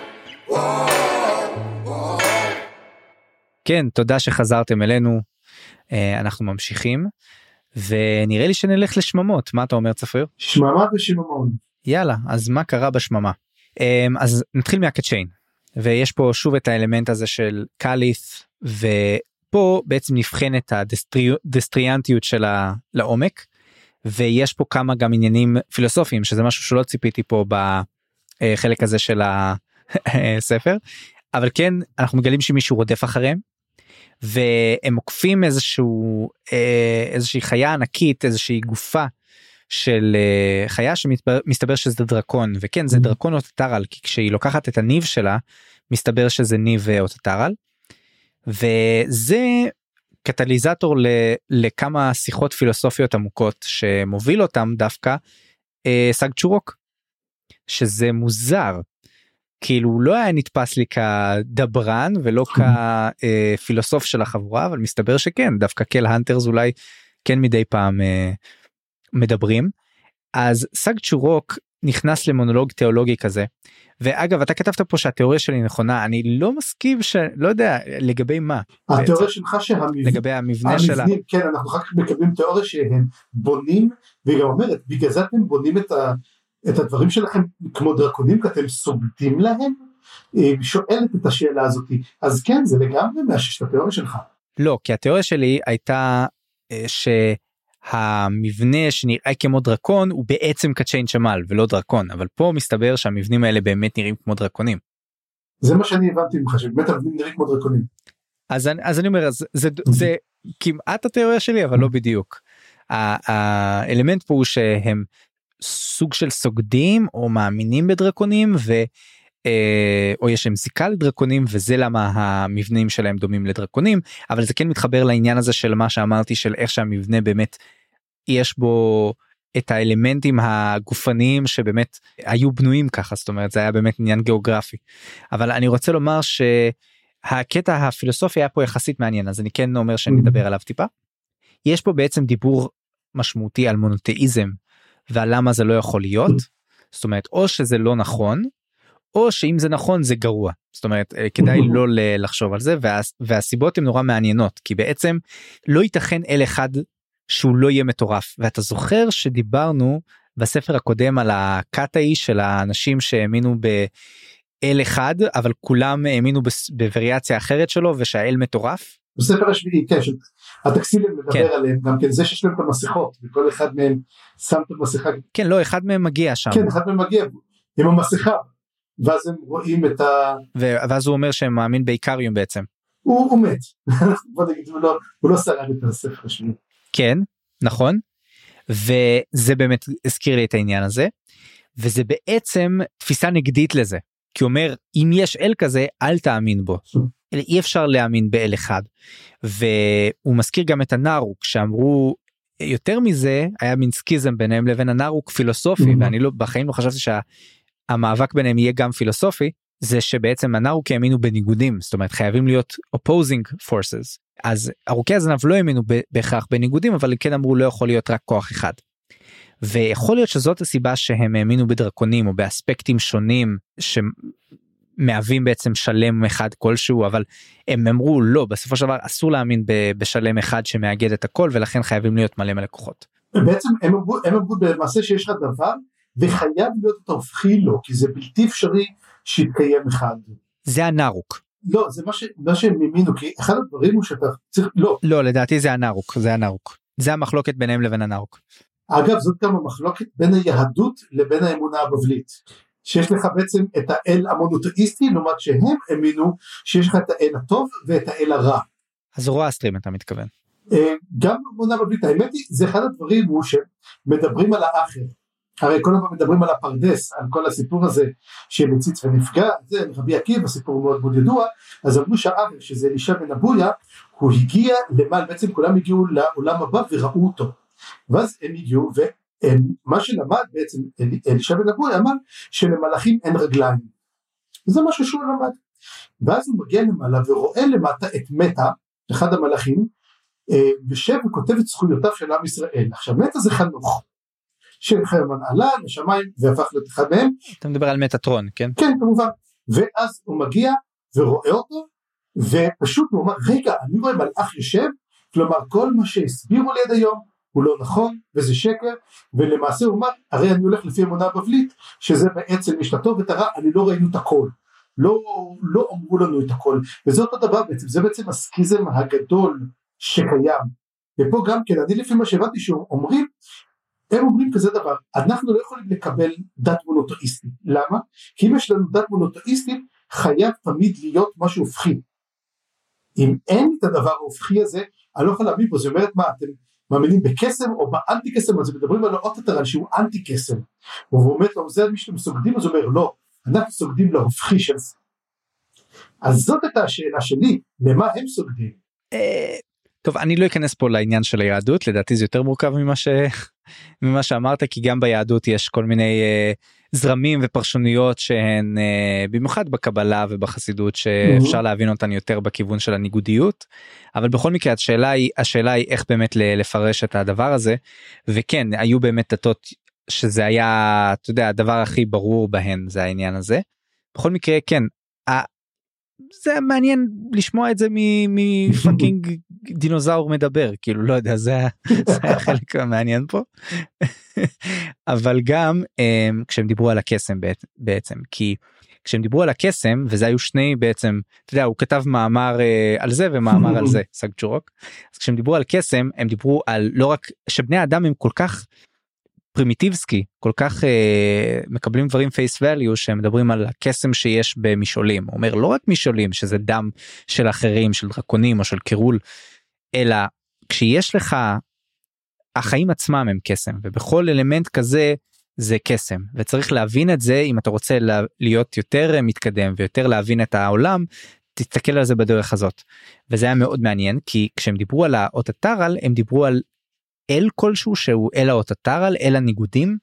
S2: כן, תודה שחזרתם אלינו, אנחנו ממשיכים, ונראה לי שנלך לשממות, מה אתה אומר צפריר?
S3: שממה ושממון.
S2: יאללה, אז מה קרה בשממה? אז נתחיל מהקצ'יין, ויש פה שוב את האלמנט הזה של קלית', ופה בעצם נבחן את הדסטריאנטיות שלה לעומק, ויש פה כמה גם עניינים פילוסופיים, שזה משהו שלא ציפיתי פה בחלק הזה של הספר, אבל כן, אנחנו מגלים שמישהו רודף אחריהם, והם עוקפים איזשהו, איזושהי חיה ענקית, איזושהי גופה של חיה שמסתבר שזה דרקון, וכן, זה דרקון אוטוטרל, כי כשהיא לוקחת את הניב שלה, מסתבר שזה ניב אוטוטרל, וזה קטליזטור לכמה שיחות פילוסופיות עמוקות, שמוביל אותם דווקא סאג צ'ורוק, שזה מוזר, כאילו הוא לא היה נתפס לי כדברן ולא כפילוסוף של החבורה, אבל מסתבר שכן, דווקא קל הנטרס אולי כן מדי פעם מדברים. אז סאג צ'ורוק נכנס למונולוג תיאולוגי כזה, ואגב אתה כתבת פה שהתיאוריה שלי נכונה, אני לא מסכים שלא יודע לגבי מה.
S3: התיאוריה שלך שהמבנה,
S2: לגבי המבנה שלה.
S3: כן, אנחנו אחר כך מקבלים תיאוריה שהם בונים, והיא גם אומרת, בגלל זה אתם בונים את ה... את הדברים שלכם כמו דרקונים, כי אתם סוגדים להם, שואלת את השאלה הזאת, אז כן, זה לגמרי מהששת התיאוריה שלך.
S2: לא, כי התיאוריה שלי הייתה שהמבנה שנראה כמו דרקון, הוא בעצם קצ'יין שמל ולא דרקון, אבל פה מסתבר שהמבנים האלה באמת נראים כמו דרקונים.
S3: זה מה שאני הבנתי ממך, שבאמת המבנים נראים כמו דרקונים.
S2: אז, אז אני אומר, אז זה, זה כמעט התיאוריה שלי, אבל לא בדיוק. האלמנט פה הוא שהם, סוג של סוגדים או מאמינים בדרקונים ו או יש להם זיקה לדרקונים, וזה למה המבנים שלהם דומים לדרקונים, אבל זה כן מתחבר לעניין הזה של מה שאמרתי, של איך שהמבנה באמת יש בו את האלמנטים הגופניים שבאמת היו בנויים ככה, זאת אומרת זה היה באמת עניין גיאוגרפי. אבל אני רוצה לומר שהקטע הפילוסופי היה פה יחסית מעניין, אז אני כן אומר שאני מדבר עליו טיפה. יש פה בעצם דיבור משמעותי על מונותאיזם, ועל למה זה לא יכול להיות, זאת אומרת או שזה לא נכון, או שאם זה נכון זה גרוע, זאת אומרת כדאי לא לחשוב על זה, וה, והסיבות הן נורא מעניינות, כי בעצם לא ייתכן אל אחד שהוא לא יהיה מטורף, ואתה זוכר שדיברנו בספר הקודם על הקטעי של האנשים שהאמינו באל אחד, אבל כולם האמינו בווריאציה אחרת שלו, ושהאל מטורף?
S3: בספר השביעי, כן, הטקסילים מדבר כן. עליהם, גם כן זה שיש להם את המסכות, וכל אחד מהם שם את המסכה.
S2: כן, לא, אחד מהם מגיע שם.
S3: כן, אחד מהם מגיע עם המסכה, ואז הם רואים את ה...
S2: ואז הוא אומר שהם מאמין באיקריום בעצם.
S3: הוא, הוא מת, בוא נגיד, הוא לא, הוא לא שרד את הספר השביעי.
S2: כן, נכון, וזה באמת הזכיר לי את העניין הזה, וזה בעצם תפיסה נגדית לזה, כי הוא אומר אם יש אל כזה אל תאמין בו, אי אפשר להאמין באל אחד. והוא מזכיר גם את הנארוק שאמרו יותר מזה היה מין סקיזם ביניהם לבין הנארוק פילוסופי, mm-hmm. ואני לא בחיים לא חשבתי שהמאבק ביניהם יהיה גם פילוסופי, זה שבעצם הנארוק האמינו בניגודים, זאת אומרת חייבים להיות opposing forces, אז ארוכי הזנב לא האמינו בהכרח בניגודים, אבל כן אמרו לא יכול להיות רק כוח אחד. ויכול להיות שזאת הסיבה שהם האמינו בדרקונים או באספקטים שונים שמהווים בעצם שלם אחד כלשהו, אבל הם אמרו לא, בסופו של דבר אסור להאמין בשלם אחד שמאגד את הכל, ולכן חייבים להיות מלא מלא כוחות.
S3: בעצם הם אמרו, הם אמרו במעשה שיש לך דבר וחייב להיות אתה הופכי לו, כי זה בלתי אפשרי שיתקיים אחד.
S2: זה הנארוק.
S3: לא, זה מה, ש, מה שהם האמינו, כי אחד הדברים הוא שאתה צריך, לא.
S2: לא, לדעתי זה הנארוק, זה הנארוק. זה המחלוקת ביניהם לבין הנארוק.
S3: אגב, זאת גם המחלוקת בין היהדות לבין האמונה הבבלית. שיש לך בעצם את האל המונותאיסטי, לעומת שהם האמינו שיש לך את האל הטוב ואת האל הרע.
S2: אז זורואסטרים אתה מתכוון.
S3: גם באמונה הבבלית, האמת היא, זה אחד הדברים הוא שמדברים על האחר. הרי כל הזמן מדברים על הפרדס, על כל הסיפור הזה שמציץ ונפגע, זה רבי עקיבא, סיפור מאוד מאוד ידוע, אז אמרו שהאחר, שזה אלישע בן אבויה, הוא הגיע למעלה, בעצם כולם הגיעו לעולם הבא וראו אותו. ואז הם הגיעו, ומה שלמד בעצם אלישע בן אבויה אמר, שלמלאכים אין רגליים. זה משהו שהוא למד. ואז הוא מגיע למעלה ורואה למטה את מטה, אחד המלאכים, יושב וכותב את זכויותיו של עם ישראל. עכשיו מטה זה חנוך. שחרמן עלה לשמיים והפך להיות אחד מהם.
S2: אתה מדבר על מטאטרון, כן?
S3: כן, כמובן. ואז הוא מגיע ורואה אותו, ופשוט הוא אומר, רגע, אני רואה מלאך יושב, כלומר כל מה שהסבירו לי עד היום, הוא לא נכון, וזה שקר, ולמעשה הוא אומר, הרי אני הולך לפי אמונה הבבלית, שזה בעצם יש את הטוב ואת הרע, אני לא ראינו את הכל. לא, לא אמרו לנו את הכל. וזה אותו דבר בעצם, זה בעצם הסקיזם הגדול שקיים. ופה גם כן, אני לפי מה שהבנתי שאומרים, הם אומרים כזה דבר, אנחנו לא יכולים לקבל דת מונותאיסטית. למה? כי אם יש לנו דת מונותאיסטית, חייב תמיד להיות משהו הופכי. אם אין את הדבר ההופכי הזה, אני לא יכול להאמין פה, זה אומרת מה, אתם מאמינים בקסם או באנטי קסם, אז הם מדברים על האות הטרן שהוא אנטי קסם. והוא אומר לו, זה מי שאתם סוגדים, אז הוא אומר, לא, אנחנו סוגדים להופכי של זה. אז זאת הייתה השאלה שלי, למה הם סוגדים?
S2: טוב, אני לא אכנס פה לעניין של היהדות, לדעתי זה יותר מורכב ממה ש... ממה שאמרת, כי גם ביהדות יש כל מיני uh, זרמים ופרשנויות שהן uh, במיוחד בקבלה ובחסידות שאפשר mm-hmm. להבין אותן יותר בכיוון של הניגודיות, אבל בכל מקרה השאלה היא, השאלה היא איך באמת לפרש את הדבר הזה, וכן, היו באמת דתות שזה היה, אתה יודע, הדבר הכי ברור בהן זה העניין הזה. בכל מקרה, כן, ה- זה מעניין לשמוע את זה מפאקינג דינוזאור מדבר, כאילו לא יודע, זה היה חלק המעניין פה. אבל גם כשהם דיברו על הקסם בעצם, כי כשהם דיברו על הקסם, וזה היו שני בעצם, אתה יודע, הוא כתב מאמר על זה ומאמר על זה, סגצ'ורוק. אז כשהם דיברו על קסם, הם דיברו על לא רק שבני אדם הם כל כך פרימיטיבסקי, כל כך אה, מקבלים דברים פייס ואליו, שהם מדברים על הקסם שיש במשעולים. הוא אומר לא רק משעולים, שזה דם של אחרים, של דרקונים או של קירול, אלא כשיש לך, החיים עצמם הם קסם, ובכל אלמנט כזה זה קסם, וצריך להבין את זה, אם אתה רוצה להיות יותר מתקדם, ויותר להבין את העולם, תסתכל על זה בדרך הזאת. וזה היה מאוד מעניין, כי כשהם דיברו על האות הטרל, הם דיברו על אל כלשהו שהוא אל האות הטרל, אל הניגודים,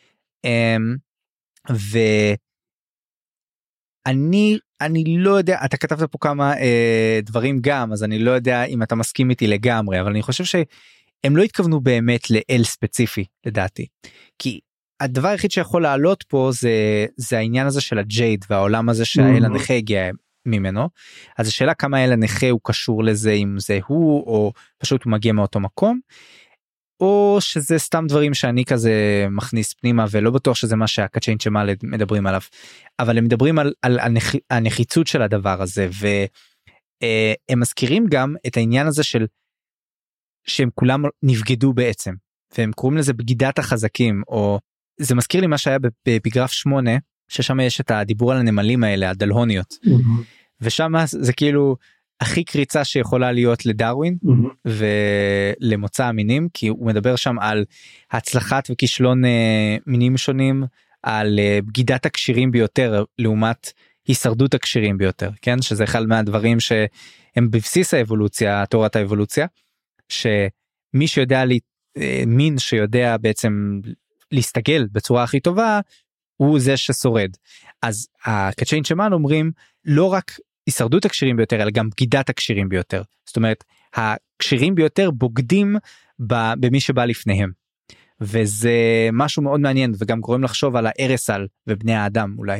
S2: ואני אני לא יודע, אתה כתבת פה כמה אה, דברים גם, אז אני לא יודע אם אתה מסכים איתי לגמרי, אבל אני חושב שהם לא התכוונו באמת לאל ספציפי, לדעתי, כי הדבר היחיד שיכול לעלות פה זה, זה העניין הזה של הג'ייד, והעולם הזה שהאל הנכה הגיע ממנו, אז השאלה כמה האל הנכה הוא קשור לזה, אם זה הוא, או פשוט הוא מגיע מאותו מקום, או שזה סתם דברים שאני כזה מכניס פנימה, ולא בטוח שזה מה שהקצ'יין שמאל מדברים עליו, אבל הם מדברים על, על הנח, הנחיצות של הדבר הזה, והם מזכירים גם את העניין הזה של, שהם כולם נבגדו בעצם, והם קוראים לזה בגידת החזקים, או זה מזכיר לי מה שהיה בגרף שמונה, ששם יש את הדיבור על הנמלים האלה, הדלהוניות, mm-hmm. ושם זה כאילו, הכי קריצה שיכולה להיות לדרווין mm-hmm. ולמוצא המינים, כי הוא מדבר שם על הצלחת וכישלון אה, מינים שונים, על בגידת הקשירים ביותר לעומת הישרדות הקשירים ביותר, כן? שזה אחד מהדברים שהם בבסיס האבולוציה, תורת האבולוציה, שמי שיודע, מין שיודע בעצם להסתגל בצורה הכי טובה, הוא זה ששורד. אז הקצ'יין שמן אומרים, לא רק הישרדות הקשירים ביותר, אלא גם בגידת הקשירים ביותר. זאת אומרת, הקשירים ביותר בוגדים במי שבא לפניהם. וזה משהו מאוד מעניין, וגם גורם לחשוב על הארסל ובני האדם אולי.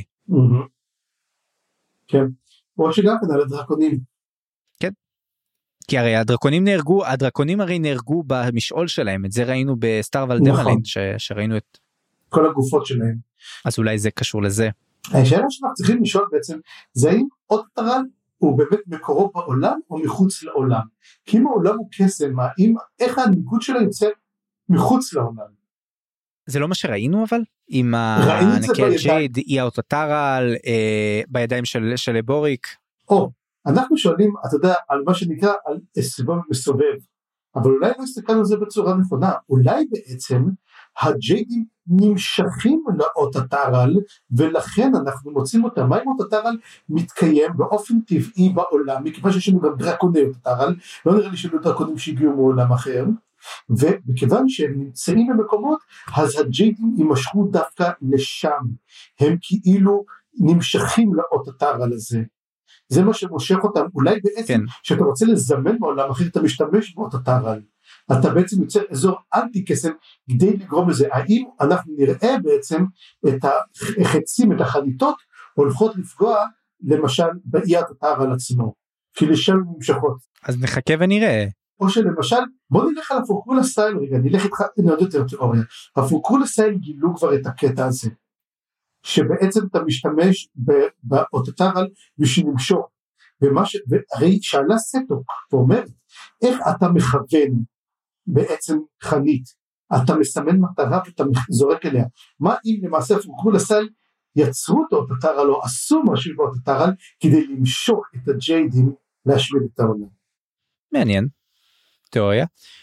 S3: כן, או שגם כן על הדרקונים.
S2: כן, כי הרי הדרקונים נהרגו, הדרקונים הרי נהרגו במשעול שלהם, את זה ראינו בסטאר ולדמלין, שראינו את...
S3: כל הגופות שלהם.
S2: אז אולי זה קשור לזה.
S3: השאלה שאנחנו צריכים לשאול בעצם, זה האם עוד טרל הוא באמת מקורו בעולם או מחוץ לעולם? כי אם העולם הוא קסם, האם, איך הניגוד שלו יוצא מחוץ לעולם?
S2: זה לא מה שראינו אבל? עם הענקי הג'ייד, אי האוטוטרל, אה, בידיים של, של בוריק?
S3: או, אנחנו שואלים, אתה יודע, על מה שנקרא, על סבב מסובב, אבל אולי לא הסתכלנו על זה בצורה נכונה, אולי בעצם הג'יידים נמשכים לאוטוטרל, ולכן אנחנו מוצאים אותם, מה אם אוטוטרל מתקיים באופן טבעי בעולם, מכיוון שיש לנו גם דרקוני אוטוטרל, לא נראה לי שלא דרקונים שהגיעו מעולם אחר, ומכיוון שהם נמצאים במקומות, אז הג'יידים יימשכו דווקא לשם, הם כאילו נמשכים לאוטוטרל הזה, זה מה שמושך אותם, אולי בעצם, כן. שאתה רוצה לזמן בעולם אחר, אתה משתמש באוטוטרל, אתה בעצם יוצר אזור אנטי קסם, כדי לגרום לזה, האם אנחנו נראה בעצם את החצים, את החניתות, הולכות לפגוע, למשל, באי האוטוטרל עצמו, כי לשם נמשכות.
S2: אז נחכה ונראה.
S3: או שלמשל, בוא נלך על הפורקול הסטייל, רגע, נלך איתך, נעוד יותר תיאוריה, הפורקול הסטייל גילו כבר את הקטע הזה, שבעצם אתה משתמש באוטוטרל בשביל למשוך, ומה ש... והרי שאלה סטוק, ואומרת, איך אתה מכוון בעצם חנית, אתה מסמן מטרה ואתה זורק אליה, מה אם למעשה הפורקול הסטייל יצרו את האוטוטרל, או עשו משהו באוטוטרל, כדי למשוך את הג'יידים להשמיד את העולם.
S2: מעניין. תיאוריה,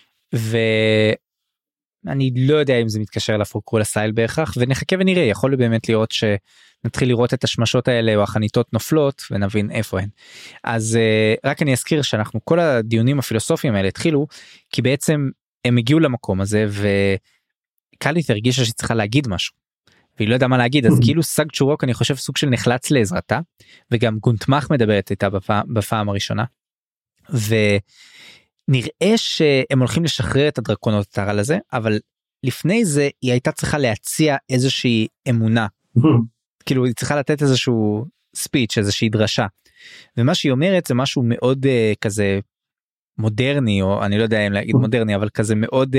S2: ואני לא יודע אם זה מתקשר לפורקול הסטייל בהכרח, ונחכה ונראה, יכול באמת לראות שנתחיל לראות את השמשות האלה, או החניתות נופלות, ונבין איפה הן. אז רק אני אזכיר שאנחנו, כל הדיונים הפילוסופיים האלה התחילו, כי בעצם הם הגיעו למקום הזה, וקלית' הרגישה שהיא צריכה להגיד משהו, והיא לא יודע מה להגיד, אז כאילו סאג צ'ורוק, אני חושב סוג של נחלץ לעזרתה, וגם גונטמח מדברת איתה בפעם, בפעם הראשונה, ו... נראה שהם הולכים לשחרר את הדרקונות הטרל הזה, אבל לפני זה היא הייתה צריכה להציע איזושהי אמונה, כאילו היא צריכה לתת איזשהו ספיץ', איזושהי דרשה, ומה שהיא אומרת זה משהו מאוד uh, כזה מודרני, או אני לא יודע אם להגיד מודרני, אבל כזה מאוד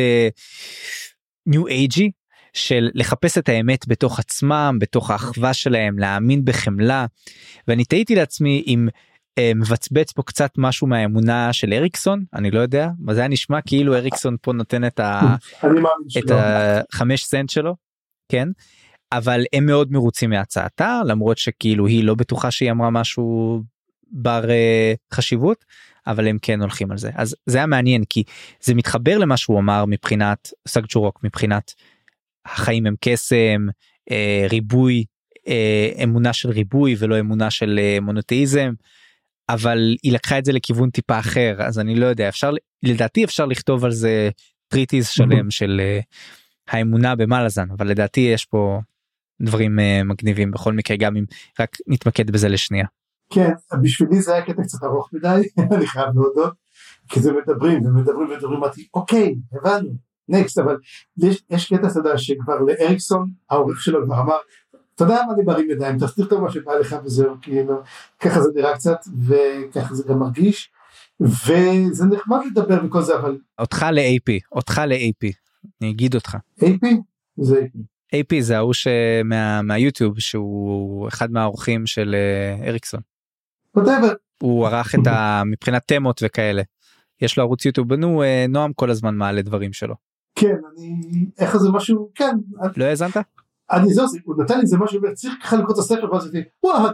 S2: ניו אייג'י, של לחפש את האמת בתוך עצמם, בתוך האחווה שלהם, להאמין בחמלה, ואני תהיתי לעצמי אם מבצבץ פה קצת משהו מהאמונה של אריקסון, אני לא יודע, מה זה היה נשמע כאילו אריקסון פה נותן את ה... את החמש סנט שלו, כן? אבל הם מאוד מרוצים מהצעתה, למרות שכאילו היא לא בטוחה שהיא אמרה משהו בר חשיבות, אבל הם כן הולכים על זה. אז זה היה מעניין, כי זה מתחבר למה שהוא אמר מבחינת סאג צ'ורוק, מבחינת החיים הם קסם, ריבוי, אמונה של ריבוי ולא אמונה של מונותאיזם, אבל היא לקחה את זה לכיוון טיפה אחר, אז אני לא יודע, אפשר, לדעתי אפשר לכתוב על זה טריטיז שלם של האמונה במלאזן, אבל לדעתי יש פה דברים מגניבים בכל מקרה, גם אם רק נתמקד בזה לשנייה.
S3: כן, בשבילי זה היה קטע קצת ארוך מדי, אני חייב להודות, כי זה מדברים ומדברים ומדברים, אמרתי, אוקיי, הבנו, נקסט, אבל יש, יש קטע סדה שכבר לאריקסון, העורך שלו כבר אמר, אתה יודע מה אני מרים ידיים, תסתיר טוב מה שבא לך וזהו, כאילו, ככה זה נראה קצת, וככה זה גם מרגיש, וזה נחמד לדבר מכל זה, אבל...
S2: אותך ל-איי פי, אותך ל-איי פי, אני אגיד אותך.
S3: איי פי? זה איי פי.
S2: איי פי זה ההוא שמה, מהיוטיוב, שהוא אחד מהאורחים של אריקסון.
S3: whatever.
S2: הוא ערך את ה... מבחינת תמות וכאלה. יש לו ערוץ יוטיוב, בנו, נועם כל הזמן מעלה דברים שלו.
S3: כן, אני... איך זה משהו... כן.
S2: לא האזנת?
S3: אני זהו, הוא נתן לי זה משהו, צריך ככה לקרוא את הספר, ואז הייתי, וואו,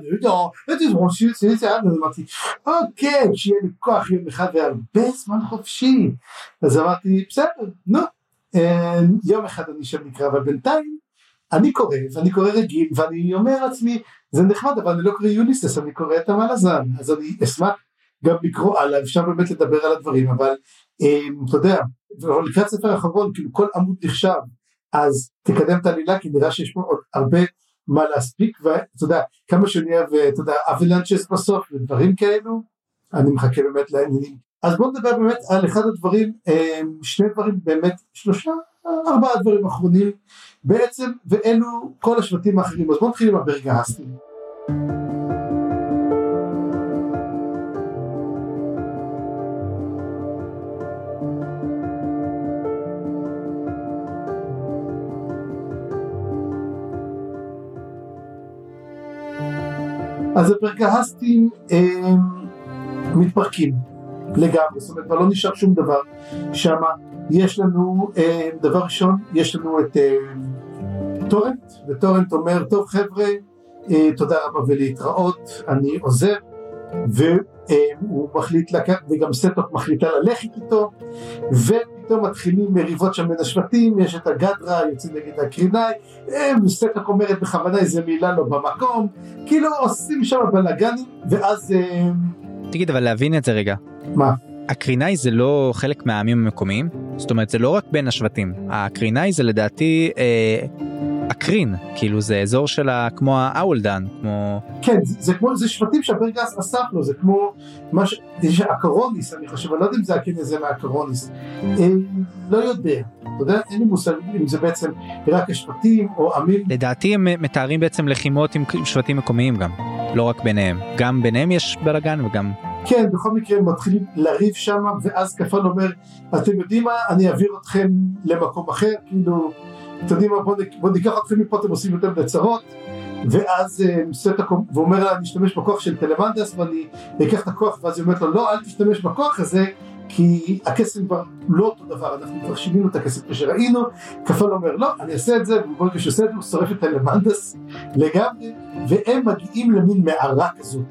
S3: אמרתי, אוקיי, שיהיה לי כוח יום אחד והרבה זמן חופשי, אז אמרתי, בסדר, נו, יום אחד אני שם נקרא, אבל בינתיים, אני קורא, ואני קורא רגיל, ואני אומר לעצמי, זה נחמד, אבל אני לא קורא יוליסס, אני קורא את המלאזן, אז אני אשמח גם לקרוא עליו, אפשר באמת לדבר על הדברים, אבל אתה יודע, לקראת ספר האחרון, כאילו כל עמוד נחשב, אז תקדם את העלילה, כי נראה שיש פה עוד הרבה מה להספיק, ואתה יודע, כמה שאני אוהב, אתה יודע, אבלנצ'ס בסוף, ודברים כאלו, אני מחכה באמת לעניינים. אז בואו נדבר באמת על אחד הדברים, שני דברים באמת, שלושה, ארבעה דברים אחרונים, בעצם, ואלו כל השבטים האחרים. אז בואו נתחיל עם הברגהסטים. אז הברגהסטים הם מתפרקים לגמרי, זאת אומרת, לא נשאר שום דבר שם. יש לנו, דבר ראשון, יש לנו את טורנט, וטורנט אומר, טוב חבר'ה, תודה רבה ולהתראות, אני עוזר, והוא מחליט לקחת, וגם סטוק מחליטה ללכת איתו, ופתאום מתחילים מריבות שם בין השבטים, יש את הגדרה, יוצאים נגד הקרינאי, סטוק אומרת בכוונה איזה מילה לא במקום, כאילו עושים שם בלגנים, ואז...
S2: תגיד, אבל להבין את זה רגע.
S3: מה?
S2: הקרינאי זה לא חלק מהעמים המקומיים, זאת אומרת זה לא רק בין השבטים, הקרינאי זה לדעתי אה, הקרין, כאילו זה אזור שלה כמו האולדן, כמו...
S3: כן, זה, זה כמו, זה שבטים שהברגהסט אסף לו, זה כמו, מה ש... זה הקרוניס, אני חושב, אני לא יודע אם זה הקרין הזה מהקרוניס, אה, לא יודע, אתה יודע, אין לי מושג אם זה בעצם רק השבטים או עמים.
S2: לדעתי הם מתארים בעצם לחימות עם שבטים מקומיים גם, לא רק ביניהם, גם ביניהם יש בלגן וגם...
S3: כן, בכל מקרה הם מתחילים לריב שם, ואז כפן אומר, אתם יודעים מה, אני אעביר אתכם למקום אחר, כאילו, אתם יודעים מה, בוא, בוא ניקח אתכם מפה, אתם עושים יותר בצרות, ואז הוא אומר לה, אני אשתמש בכוח של טלמנדס, ואני אקח את הכוח, ואז היא אומרת לו, לא, אל תשתמש בכוח הזה, כי הקסם כבר לא אותו דבר, אנחנו כבר שינינו את הקסם כשראינו, כפן אומר, לא, אני אעשה את זה, וברגע שעושה את זה, הוא שורף את טלמנדס לגמרי, והם מגיעים למין מערה כזאת.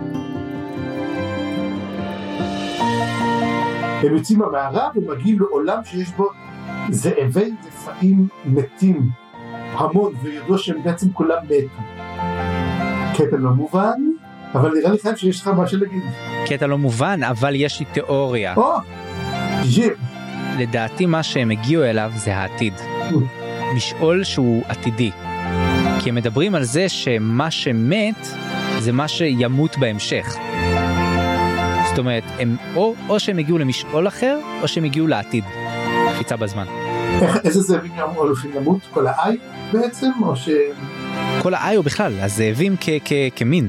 S3: הם יוצאים מהמערה ומגיעים לעולם שיש בו זאבי דפאים מתים המון, וידוע שהם בעצם כולם מתו. קטע לא מובן, אבל נראה לי חייב שיש לך משהו להגיד.
S2: קטע לא מובן, אבל יש לי תיאוריה.
S3: או, ג'יב.
S2: לדעתי מה שהם הגיעו אליו זה העתיד. משאול שהוא עתידי. כי הם מדברים על זה שמה שמת זה מה שימות בהמשך. זאת אומרת, הם, או, או שהם הגיעו למשאול אחר, או שהם הגיעו לעתיד. קפיצה בזמן.
S3: איך, איזה זאבים הולכים למות? כל האי בעצם? או ש...
S2: כל האי או בכלל, הזאבים כ, כ, כמין.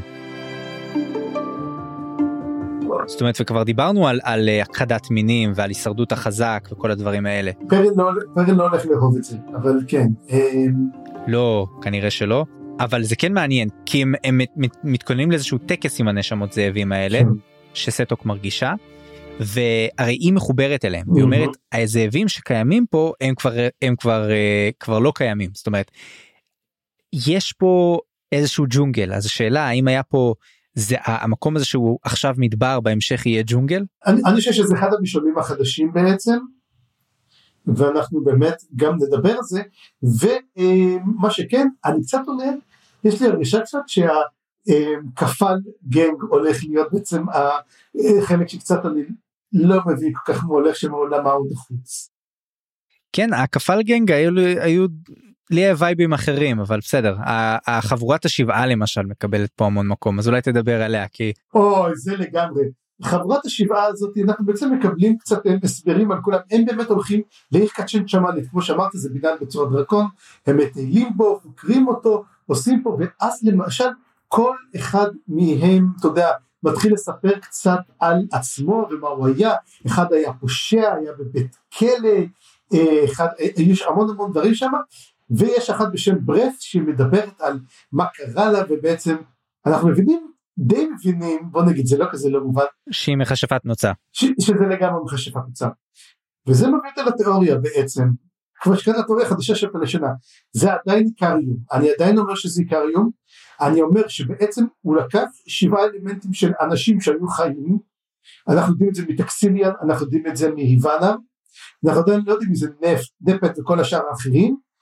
S2: זאת אומרת, וכבר דיברנו על, על הכחדת מינים ועל הישרדות החזק וכל הדברים האלה.
S3: פרן לא, פרן לא הולך לאהוב את זה, אבל כן.
S2: לא, כנראה שלא. אבל זה כן מעניין, כי הם, הם מת, מתכוננים לאיזשהו טקס עם הנשמות זאבים האלה. כן. שסטוק מרגישה, והרי היא מחוברת אליהם, והיא אומרת, הזאבים שקיימים פה, הם כבר, הם כבר, כבר לא קיימים, זאת אומרת, יש פה איזשהו ג'ונגל, אז השאלה, האם היה פה, זה, המקום הזה שהוא עכשיו מדבר, בהמשך יהיה ג'ונגל?
S3: אני, אני חושב שזה אחד המשולמים החדשים בעצם, ואנחנו באמת גם נדבר על זה, ומה שכן, אני קצת אומר, יש לי הרגשה קצת שה... כפל גנג הולך להיות בעצם החלק שקצת אני לא מבין כל כך מולך שמעולם העוד החוץ.
S2: כן, הכפל גנג היו, היו לי וייבים אחרים, אבל בסדר, החבורת השבעה למשל מקבלת פה המון מקום, אז אולי תדבר עליה כי...
S3: אוי, זה לגמרי. חברת השבעה הזאת, אנחנו בעצם מקבלים קצת הסברים על כולם, הם באמת הולכים לעיר קצ'ן שמאלית, כמו שאמרת, זה בגלל בצורת דרקון, הם מטיילים בו, חוקרים אותו, עושים פה, ואז למשל, כל אחד מהם, אתה יודע, מתחיל לספר קצת על עצמו ומה הוא היה, אחד היה פושע, היה בבית כלא, אחד, יש המון המון דברים שם, ויש אחת בשם ברף שמדברת על מה קרה לה, ובעצם אנחנו מבינים, די מבינים, בוא נגיד, זה לא כזה לא מובן.
S2: שהיא מכשפת נוצה.
S3: ש, שזה לגמרי מכשפת נוצה. וזה מביא את התיאוריה בעצם, כבר שקרה התיאוריה חדשה של פלשנה, זה עדיין עיקר איום, אני עדיין אומר שזה עיקר איום, אני אומר שבעצם הוא לקח שבעה אלמנטים של אנשים שהיו חיים, אנחנו יודעים את זה מטקסיליאן, אנחנו יודעים את זה מהיוונה, אנחנו עדיין לא יודעים אם זה נפט, נפט וכל השאר האחרים,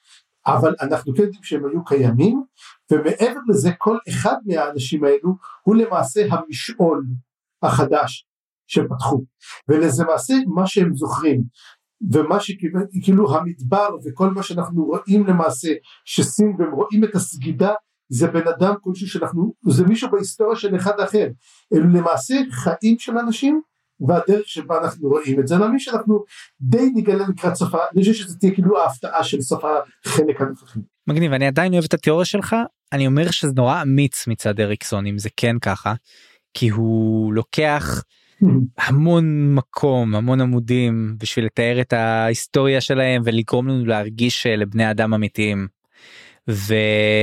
S3: אבל אנחנו כן יודעים שהם היו קיימים, ומעבר לזה כל אחד מהאנשים האלו הוא למעשה המשעול החדש שפתחו, ולמעשה מה שהם זוכרים, ומה שכאילו המדבר וכל מה שאנחנו רואים למעשה שסין, והם רואים את הסגידה, זה בן אדם כלשהו שאנחנו, זה מישהו בהיסטוריה של אחד אחר, אלו למעשה חיים של אנשים, והדרך שבה אנחנו רואים את זה, אני מאמין שאנחנו די נגלה לקראת סופה, אני חושב שזה תהיה כאילו ההפתעה של סוף החלק הנוכחי.
S2: מגניב, אני עדיין אוהב את התיאוריה שלך, אני אומר שזה נורא אמיץ מצד אריקסון, אם זה כן ככה, כי הוא לוקח המון מקום, המון עמודים, בשביל לתאר את ההיסטוריה שלהם, ולגרום לנו להרגיש לבני אדם אמיתיים, וזה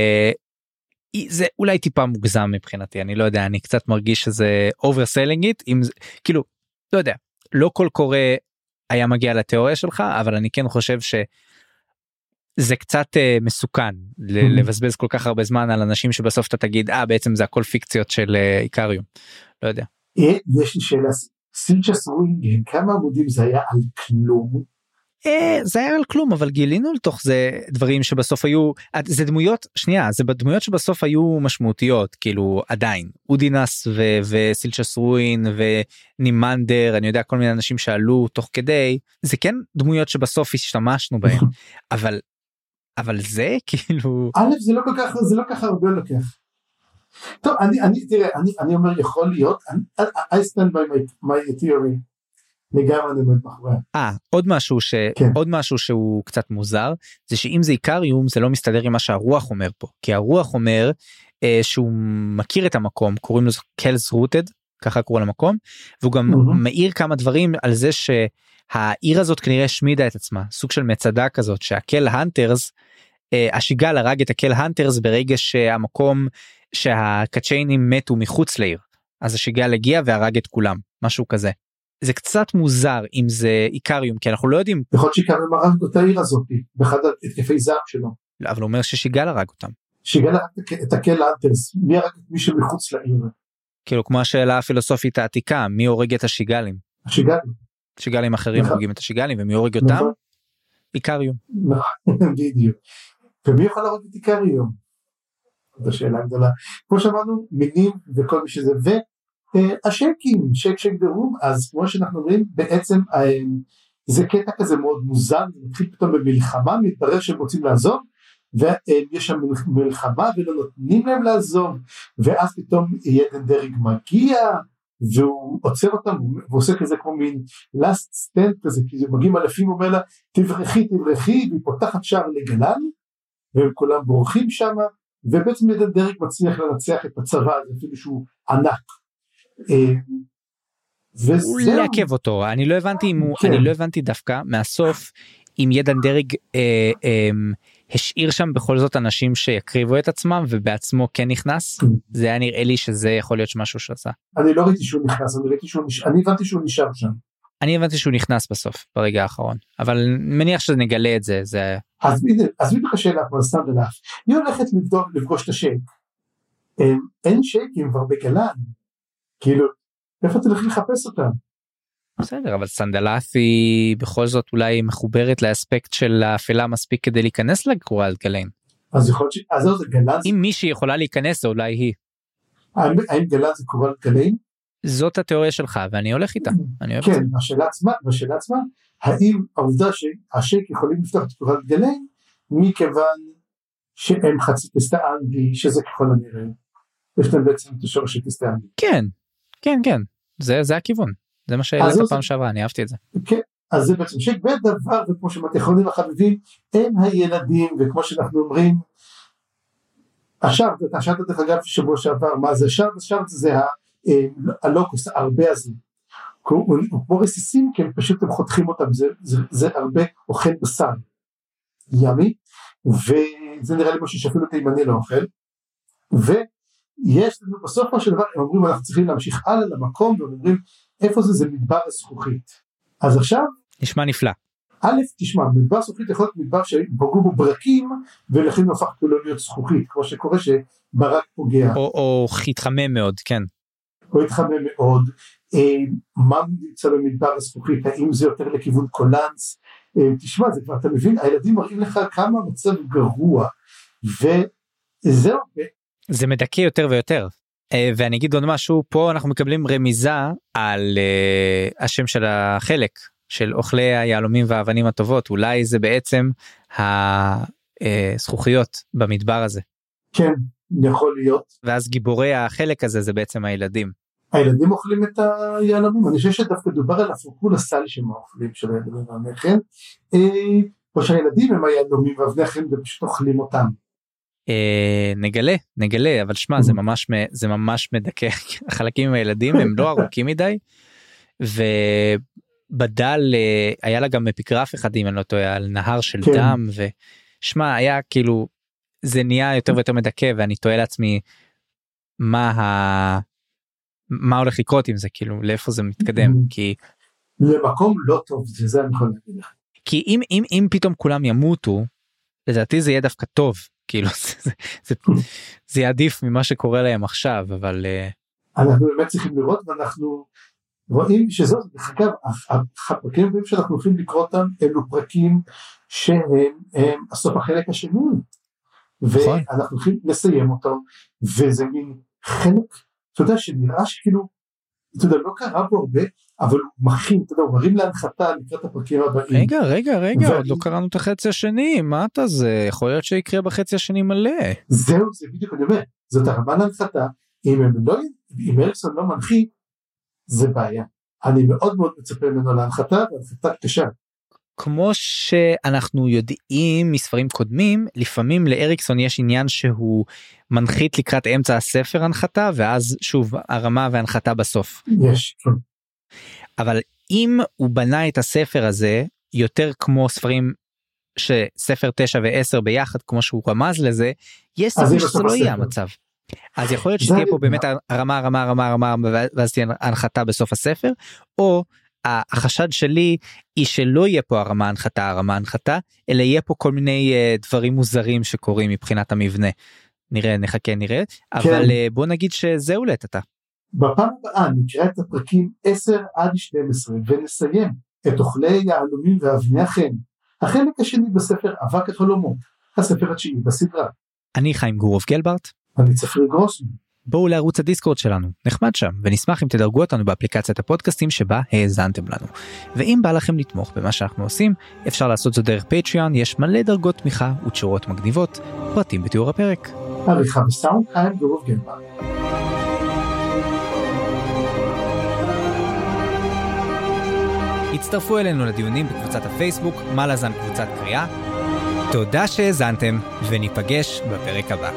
S2: אולי טיפה מוגזם מבחינתי, אני לא יודע, אני קצת מרגיש שזה overselling it, אם זה, כאילו, לא יודע, לא כל קורא היה מגיע לתיאוריה שלך, אבל אני כן חושב שזה קצת uh, מסוכן, ל- לבזבז כל כך הרבה זמן על אנשים שבסוף אתה תגיד, אה, בעצם זה הכל פיקציות של uh, איקריום, לא יודע.
S3: יש לי שאלה, סילצ'ס ווינגן, כמה עמודים זה היה על כלום?
S2: זה היה על כלום, אבל גילינו לתוך זה דברים שבסוף היו, זה דמויות, שנייה, זה בדמויות שבסוף היו משמעותיות, כאילו עדיין, אודינס ו- וסילצ'ס ווין ונימנדר, אני יודע כל מיני אנשים שעלו תוך כדי, זה כן דמויות שבסוף השתמשנו בהם, אבל, אבל זה כאילו...
S3: א', זה לא כל כך, זה לא כך הרבה לוקח. טוב, אני, אני, תראה, אני, אני אומר, יכול להיות, I, I stand by my, my theory, לגמרי אני עומד מאחוריה.
S2: אה, עוד משהו ש...
S3: כן.
S2: עוד משהו שהוא קצת מוזר, זה שאם זה איקריום, זה לא מסתדר עם מה שהרוח אומר פה, כי הרוח אומר אה, שהוא מכיר את המקום, קוראים לו קלס רוטד, ככה קוראים למקום, והוא גם mm-hmm. מאיר כמה דברים על זה שהעיר הזאת כנראה השמידה את עצמה, סוג של מצדה כזאת, שהקל הנטרס, אה, השיגל הרג את הקל הנטרס ברגע שהמקום, שהקצ'יינים מתו מחוץ לעיר, אז השיגל הגיע והרג את כולם, משהו כזה. זה קצת מוזר אם זה איקריום, כי אנחנו לא יודעים.
S3: יכול להיות שאיקריום הרג את העיר הזאת, באחד התקפי זעם שלו.
S2: לא, אבל הוא אומר ששיגל הרג אותם.
S3: שיגל הרג את הקל האנטרס, מי הרג את מי שמחוץ לעיר?
S2: כאילו כמו השאלה הפילוסופית העתיקה, מי הורג את השיגלים?
S3: השיגלים.
S2: שיגלים אחרים הורגים את השיגלים, ומי הורג אותם? איקריום.
S3: בדיוק. ומי יכול להרוג את איקריום? זו שאלה גדולה. כמו שאמרנו, מינים וכל מי שזה, ו... השקים, שק שק דרום, אז כמו שאנחנו אומרים, בעצם זה קטע כזה מאוד מוזר, זה מתחיל פתאום במלחמה, מתברר שהם רוצים לעזוב, ויש שם מלחמה ולא נותנים להם לעזוב, ואז פתאום ידן דרג מגיע, והוא עוצר אותם, ועושה כזה כמו מין last stand כזה, כי זה מגיעים אלפים, הוא אומר לה, תברכי, תברכי, והיא פותחת שער לגלן, והם כולם בורחים שם, ובעצם ידן דרג מצליח לנצח את הצבא, זה אפילו שהוא ענק,
S2: הוא לעכב אותו, אני לא הבנתי אם הוא, אני לא הבנתי דווקא מהסוף אם ידן דרג אה, אה, השאיר שם בכל זאת אנשים שיקריבו את עצמם ובעצמו כן נכנס, זה היה נראה לי שזה יכול להיות משהו שעשה.
S3: אני לא ראיתי שהוא נכנס, אני ראיתי שהוא נשאר, אני הבנתי שהוא נשאר שם.
S2: אני הבנתי שהוא נכנס בסוף, ברגע האחרון, אבל מניח שנגלה את זה, זה...
S3: אז בדיוק השאלה פה, סתם ולאף, היא הולכת לבדוק, לפגוש את השייק, אין שייקים כבר בגלן, כאילו, איפה אתה הולך לחפש אותם?
S2: בסדר, אבל סנדלת היא בכל זאת אולי מחוברת לאספקט של האפלה מספיק כדי להיכנס לגורל גלן.
S3: אז יכול להיות ש... אז זה גלן...
S2: אם מישהי יכולה להיכנס, זה אולי היא.
S3: האם גלן זה גורל גלן?
S2: זאת התיאוריה שלך, ואני הולך איתה.
S3: כן, השאלה עצמה, והשאלה עצמה, האם העובדה שהשייק יכולים לפתוח את גורל גלן, מכיוון שהם חצי טסטאנגי, שזה ככל הנראה. יש להם בעצם את השורש של טסטאנגי.
S2: כן. כן, כן, זה, זה הכיוון, זה מה שהעלית פעם שעברה, אני אהבתי את זה.
S3: כן, אז זה בעצם שייק, ודבר, וכמו שמתיכונים החביבים, הם הילדים, וכמו שאנחנו אומרים, השארט, אתה שאלת דרך אגב שבוע שעבר, מה זה השארט? השארט זה הלוקוס, הרבה הזה, הוא כמו רסיסים, כי הם פשוט הם חותכים אותם, זה, זה, זה הרבה אוכל בשר, ימי, וזה נראה לי משהו שאפילו תימני לא אוכל, ו... יש לנו בסופו של דבר, הם אומרים אנחנו צריכים להמשיך הלאה למקום, והם אומרים איפה זה, זה מדבר הזכוכית. אז עכשיו,
S2: נשמע נפלא.
S3: א', תשמע, מדבר הזכוכית יכול להיות מדבר שפגעו בו ברקים, ולכן הוא הפך כולו להיות זכוכית, כמו שקורה שברק פוגע.
S2: או, או התחמם מאוד, כן.
S3: או התחמם מאוד. מה נמצא במדבר הזכוכית? האם זה יותר לכיוון קולנס? תשמע, זה כבר, אתה מבין, הילדים מראים לך כמה מצב גרוע, וזהו.
S2: זה מדכא יותר ויותר. ואני אגיד עוד משהו, פה אנחנו מקבלים רמיזה על uh, השם של החלק, של אוכלי היהלומים והאבנים הטובות, אולי זה בעצם הזכוכיות במדבר הזה.
S3: כן, יכול להיות.
S2: ואז גיבורי החלק הזה זה בעצם הילדים.
S3: הילדים אוכלים את היהלומים, אני חושב שדווקא דובר על הפרקול הסל שהם האוכלים של הילדים ואבני חן, או שהילדים הם היהלומים ואבני חן ופשוט אוכלים אותם.
S2: נגלה, נגלה, אבל שמה, זה ממש, זה ממש מדכא, החלקים עם הילדים הם לא ארוכים מדי, ובדל היה לה גם אפיקרף אחד, אם אני לא טועה, על נהר של
S3: כן.
S2: דם, ושמה, היה כאילו, זה נהיה יותר ויותר מדכא, ואני תוהה לעצמי, מה ה... מה הולך לקרות עם זה, כאילו, לאיפה זה מתקדם, כי...
S3: למקום לא טוב, זה זה אני יכול להגיד לך.
S2: כי אם, אם, אם פתאום כולם ימותו, לדעתי זה יהיה דווקא טוב, כאילו, זה, זה, זה יעדיף ממה שקורה להם עכשיו, אבל...
S3: אנחנו באמת צריכים לראות, ואנחנו רואים שזאת, אגב, הפרקים הבאים שאנחנו הולכים לקרוא אותם, אלו פרקים שהם הם הסוף החלק השני, ואנחנו הולכים לסיים אותו, וזה מין חלק, אתה יודע, שנראה שכאילו, אתה יודע, לא קרה בו הרבה, אבל הוא מכין, אתה יודע, הוא מרים להנחתה לקראת הפרקים הבאים.
S2: רגע, רגע, רגע, עוד לא קראנו את החצי השני, מה אתה זה? יכול להיות שיקרה בחצי השני מלא.
S3: זהו, זה בדיוק, אני אומר, זאת הרמה להנחתה, אם הם לא, אם אריקסון לא מנחית, זה בעיה. אני מאוד מאוד מצפה ממנו להנחתה, והנחתה קשה.
S2: כמו שאנחנו יודעים מספרים קודמים, לפעמים לאריקסון יש עניין שהוא מנחית לקראת אמצע הספר הנחתה, ואז שוב הרמה והנחתה בסוף.
S3: יש, כן.
S2: אבל אם הוא בנה את הספר הזה, יותר כמו ספרים שספר תשע ועשר ביחד, כמו שהוא רמז לזה, יש סיכוי שזה לא יהיה המצב. אז יכול להיות שתהיה פה באמת הרמה, הרמה, הרמה, הרמה, ואז תהיה הנחתה בסוף הספר, או החשד שלי היא שלא יהיה פה הרמה הנחתה, הרמה הנחתה, אלא יהיה פה כל מיני דברים מוזרים שקורים מבחינת המבנה. נראה, נחכה, נראה, אבל בוא נגיד שזהו לטאטה.
S3: בפעם הבאה נקרא את הפרקים עשר עד שתים עשרה ונסיים את אוכלי יהלומים ואבני חן, החלק השני בספר אבק החלומות, הספר התשיעי בסדרה.
S2: אני חיים גורוב גלברט.
S3: אני צפריר גרוסמן.
S2: בואו לערוץ הדיסקורד שלנו, נחמד שם, ונשמח אם תדרגו אותנו באפליקציית הפודקאסטים שבה האזנתם לנו. ואם בא לכם לתמוך במה שאנחנו עושים, אפשר לעשות זאת דרך פטריון, יש מלא דרגות תמיכה ותשורות מגניבות, פרטים בתיאור הפרק.
S3: עריכה וסאונד חיים גורוב גלברט.
S2: הצטרפו אלינו לדיונים בקבוצת הפייסבוק, מלאזן קבוצת קריאה. תודה שהאזנתם, וניפגש בפרק הבא.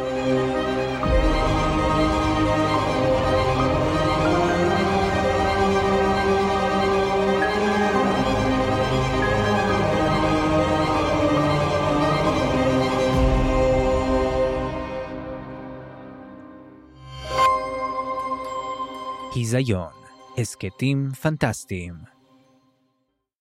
S2: היזיון, הסקטים פנטסטיים.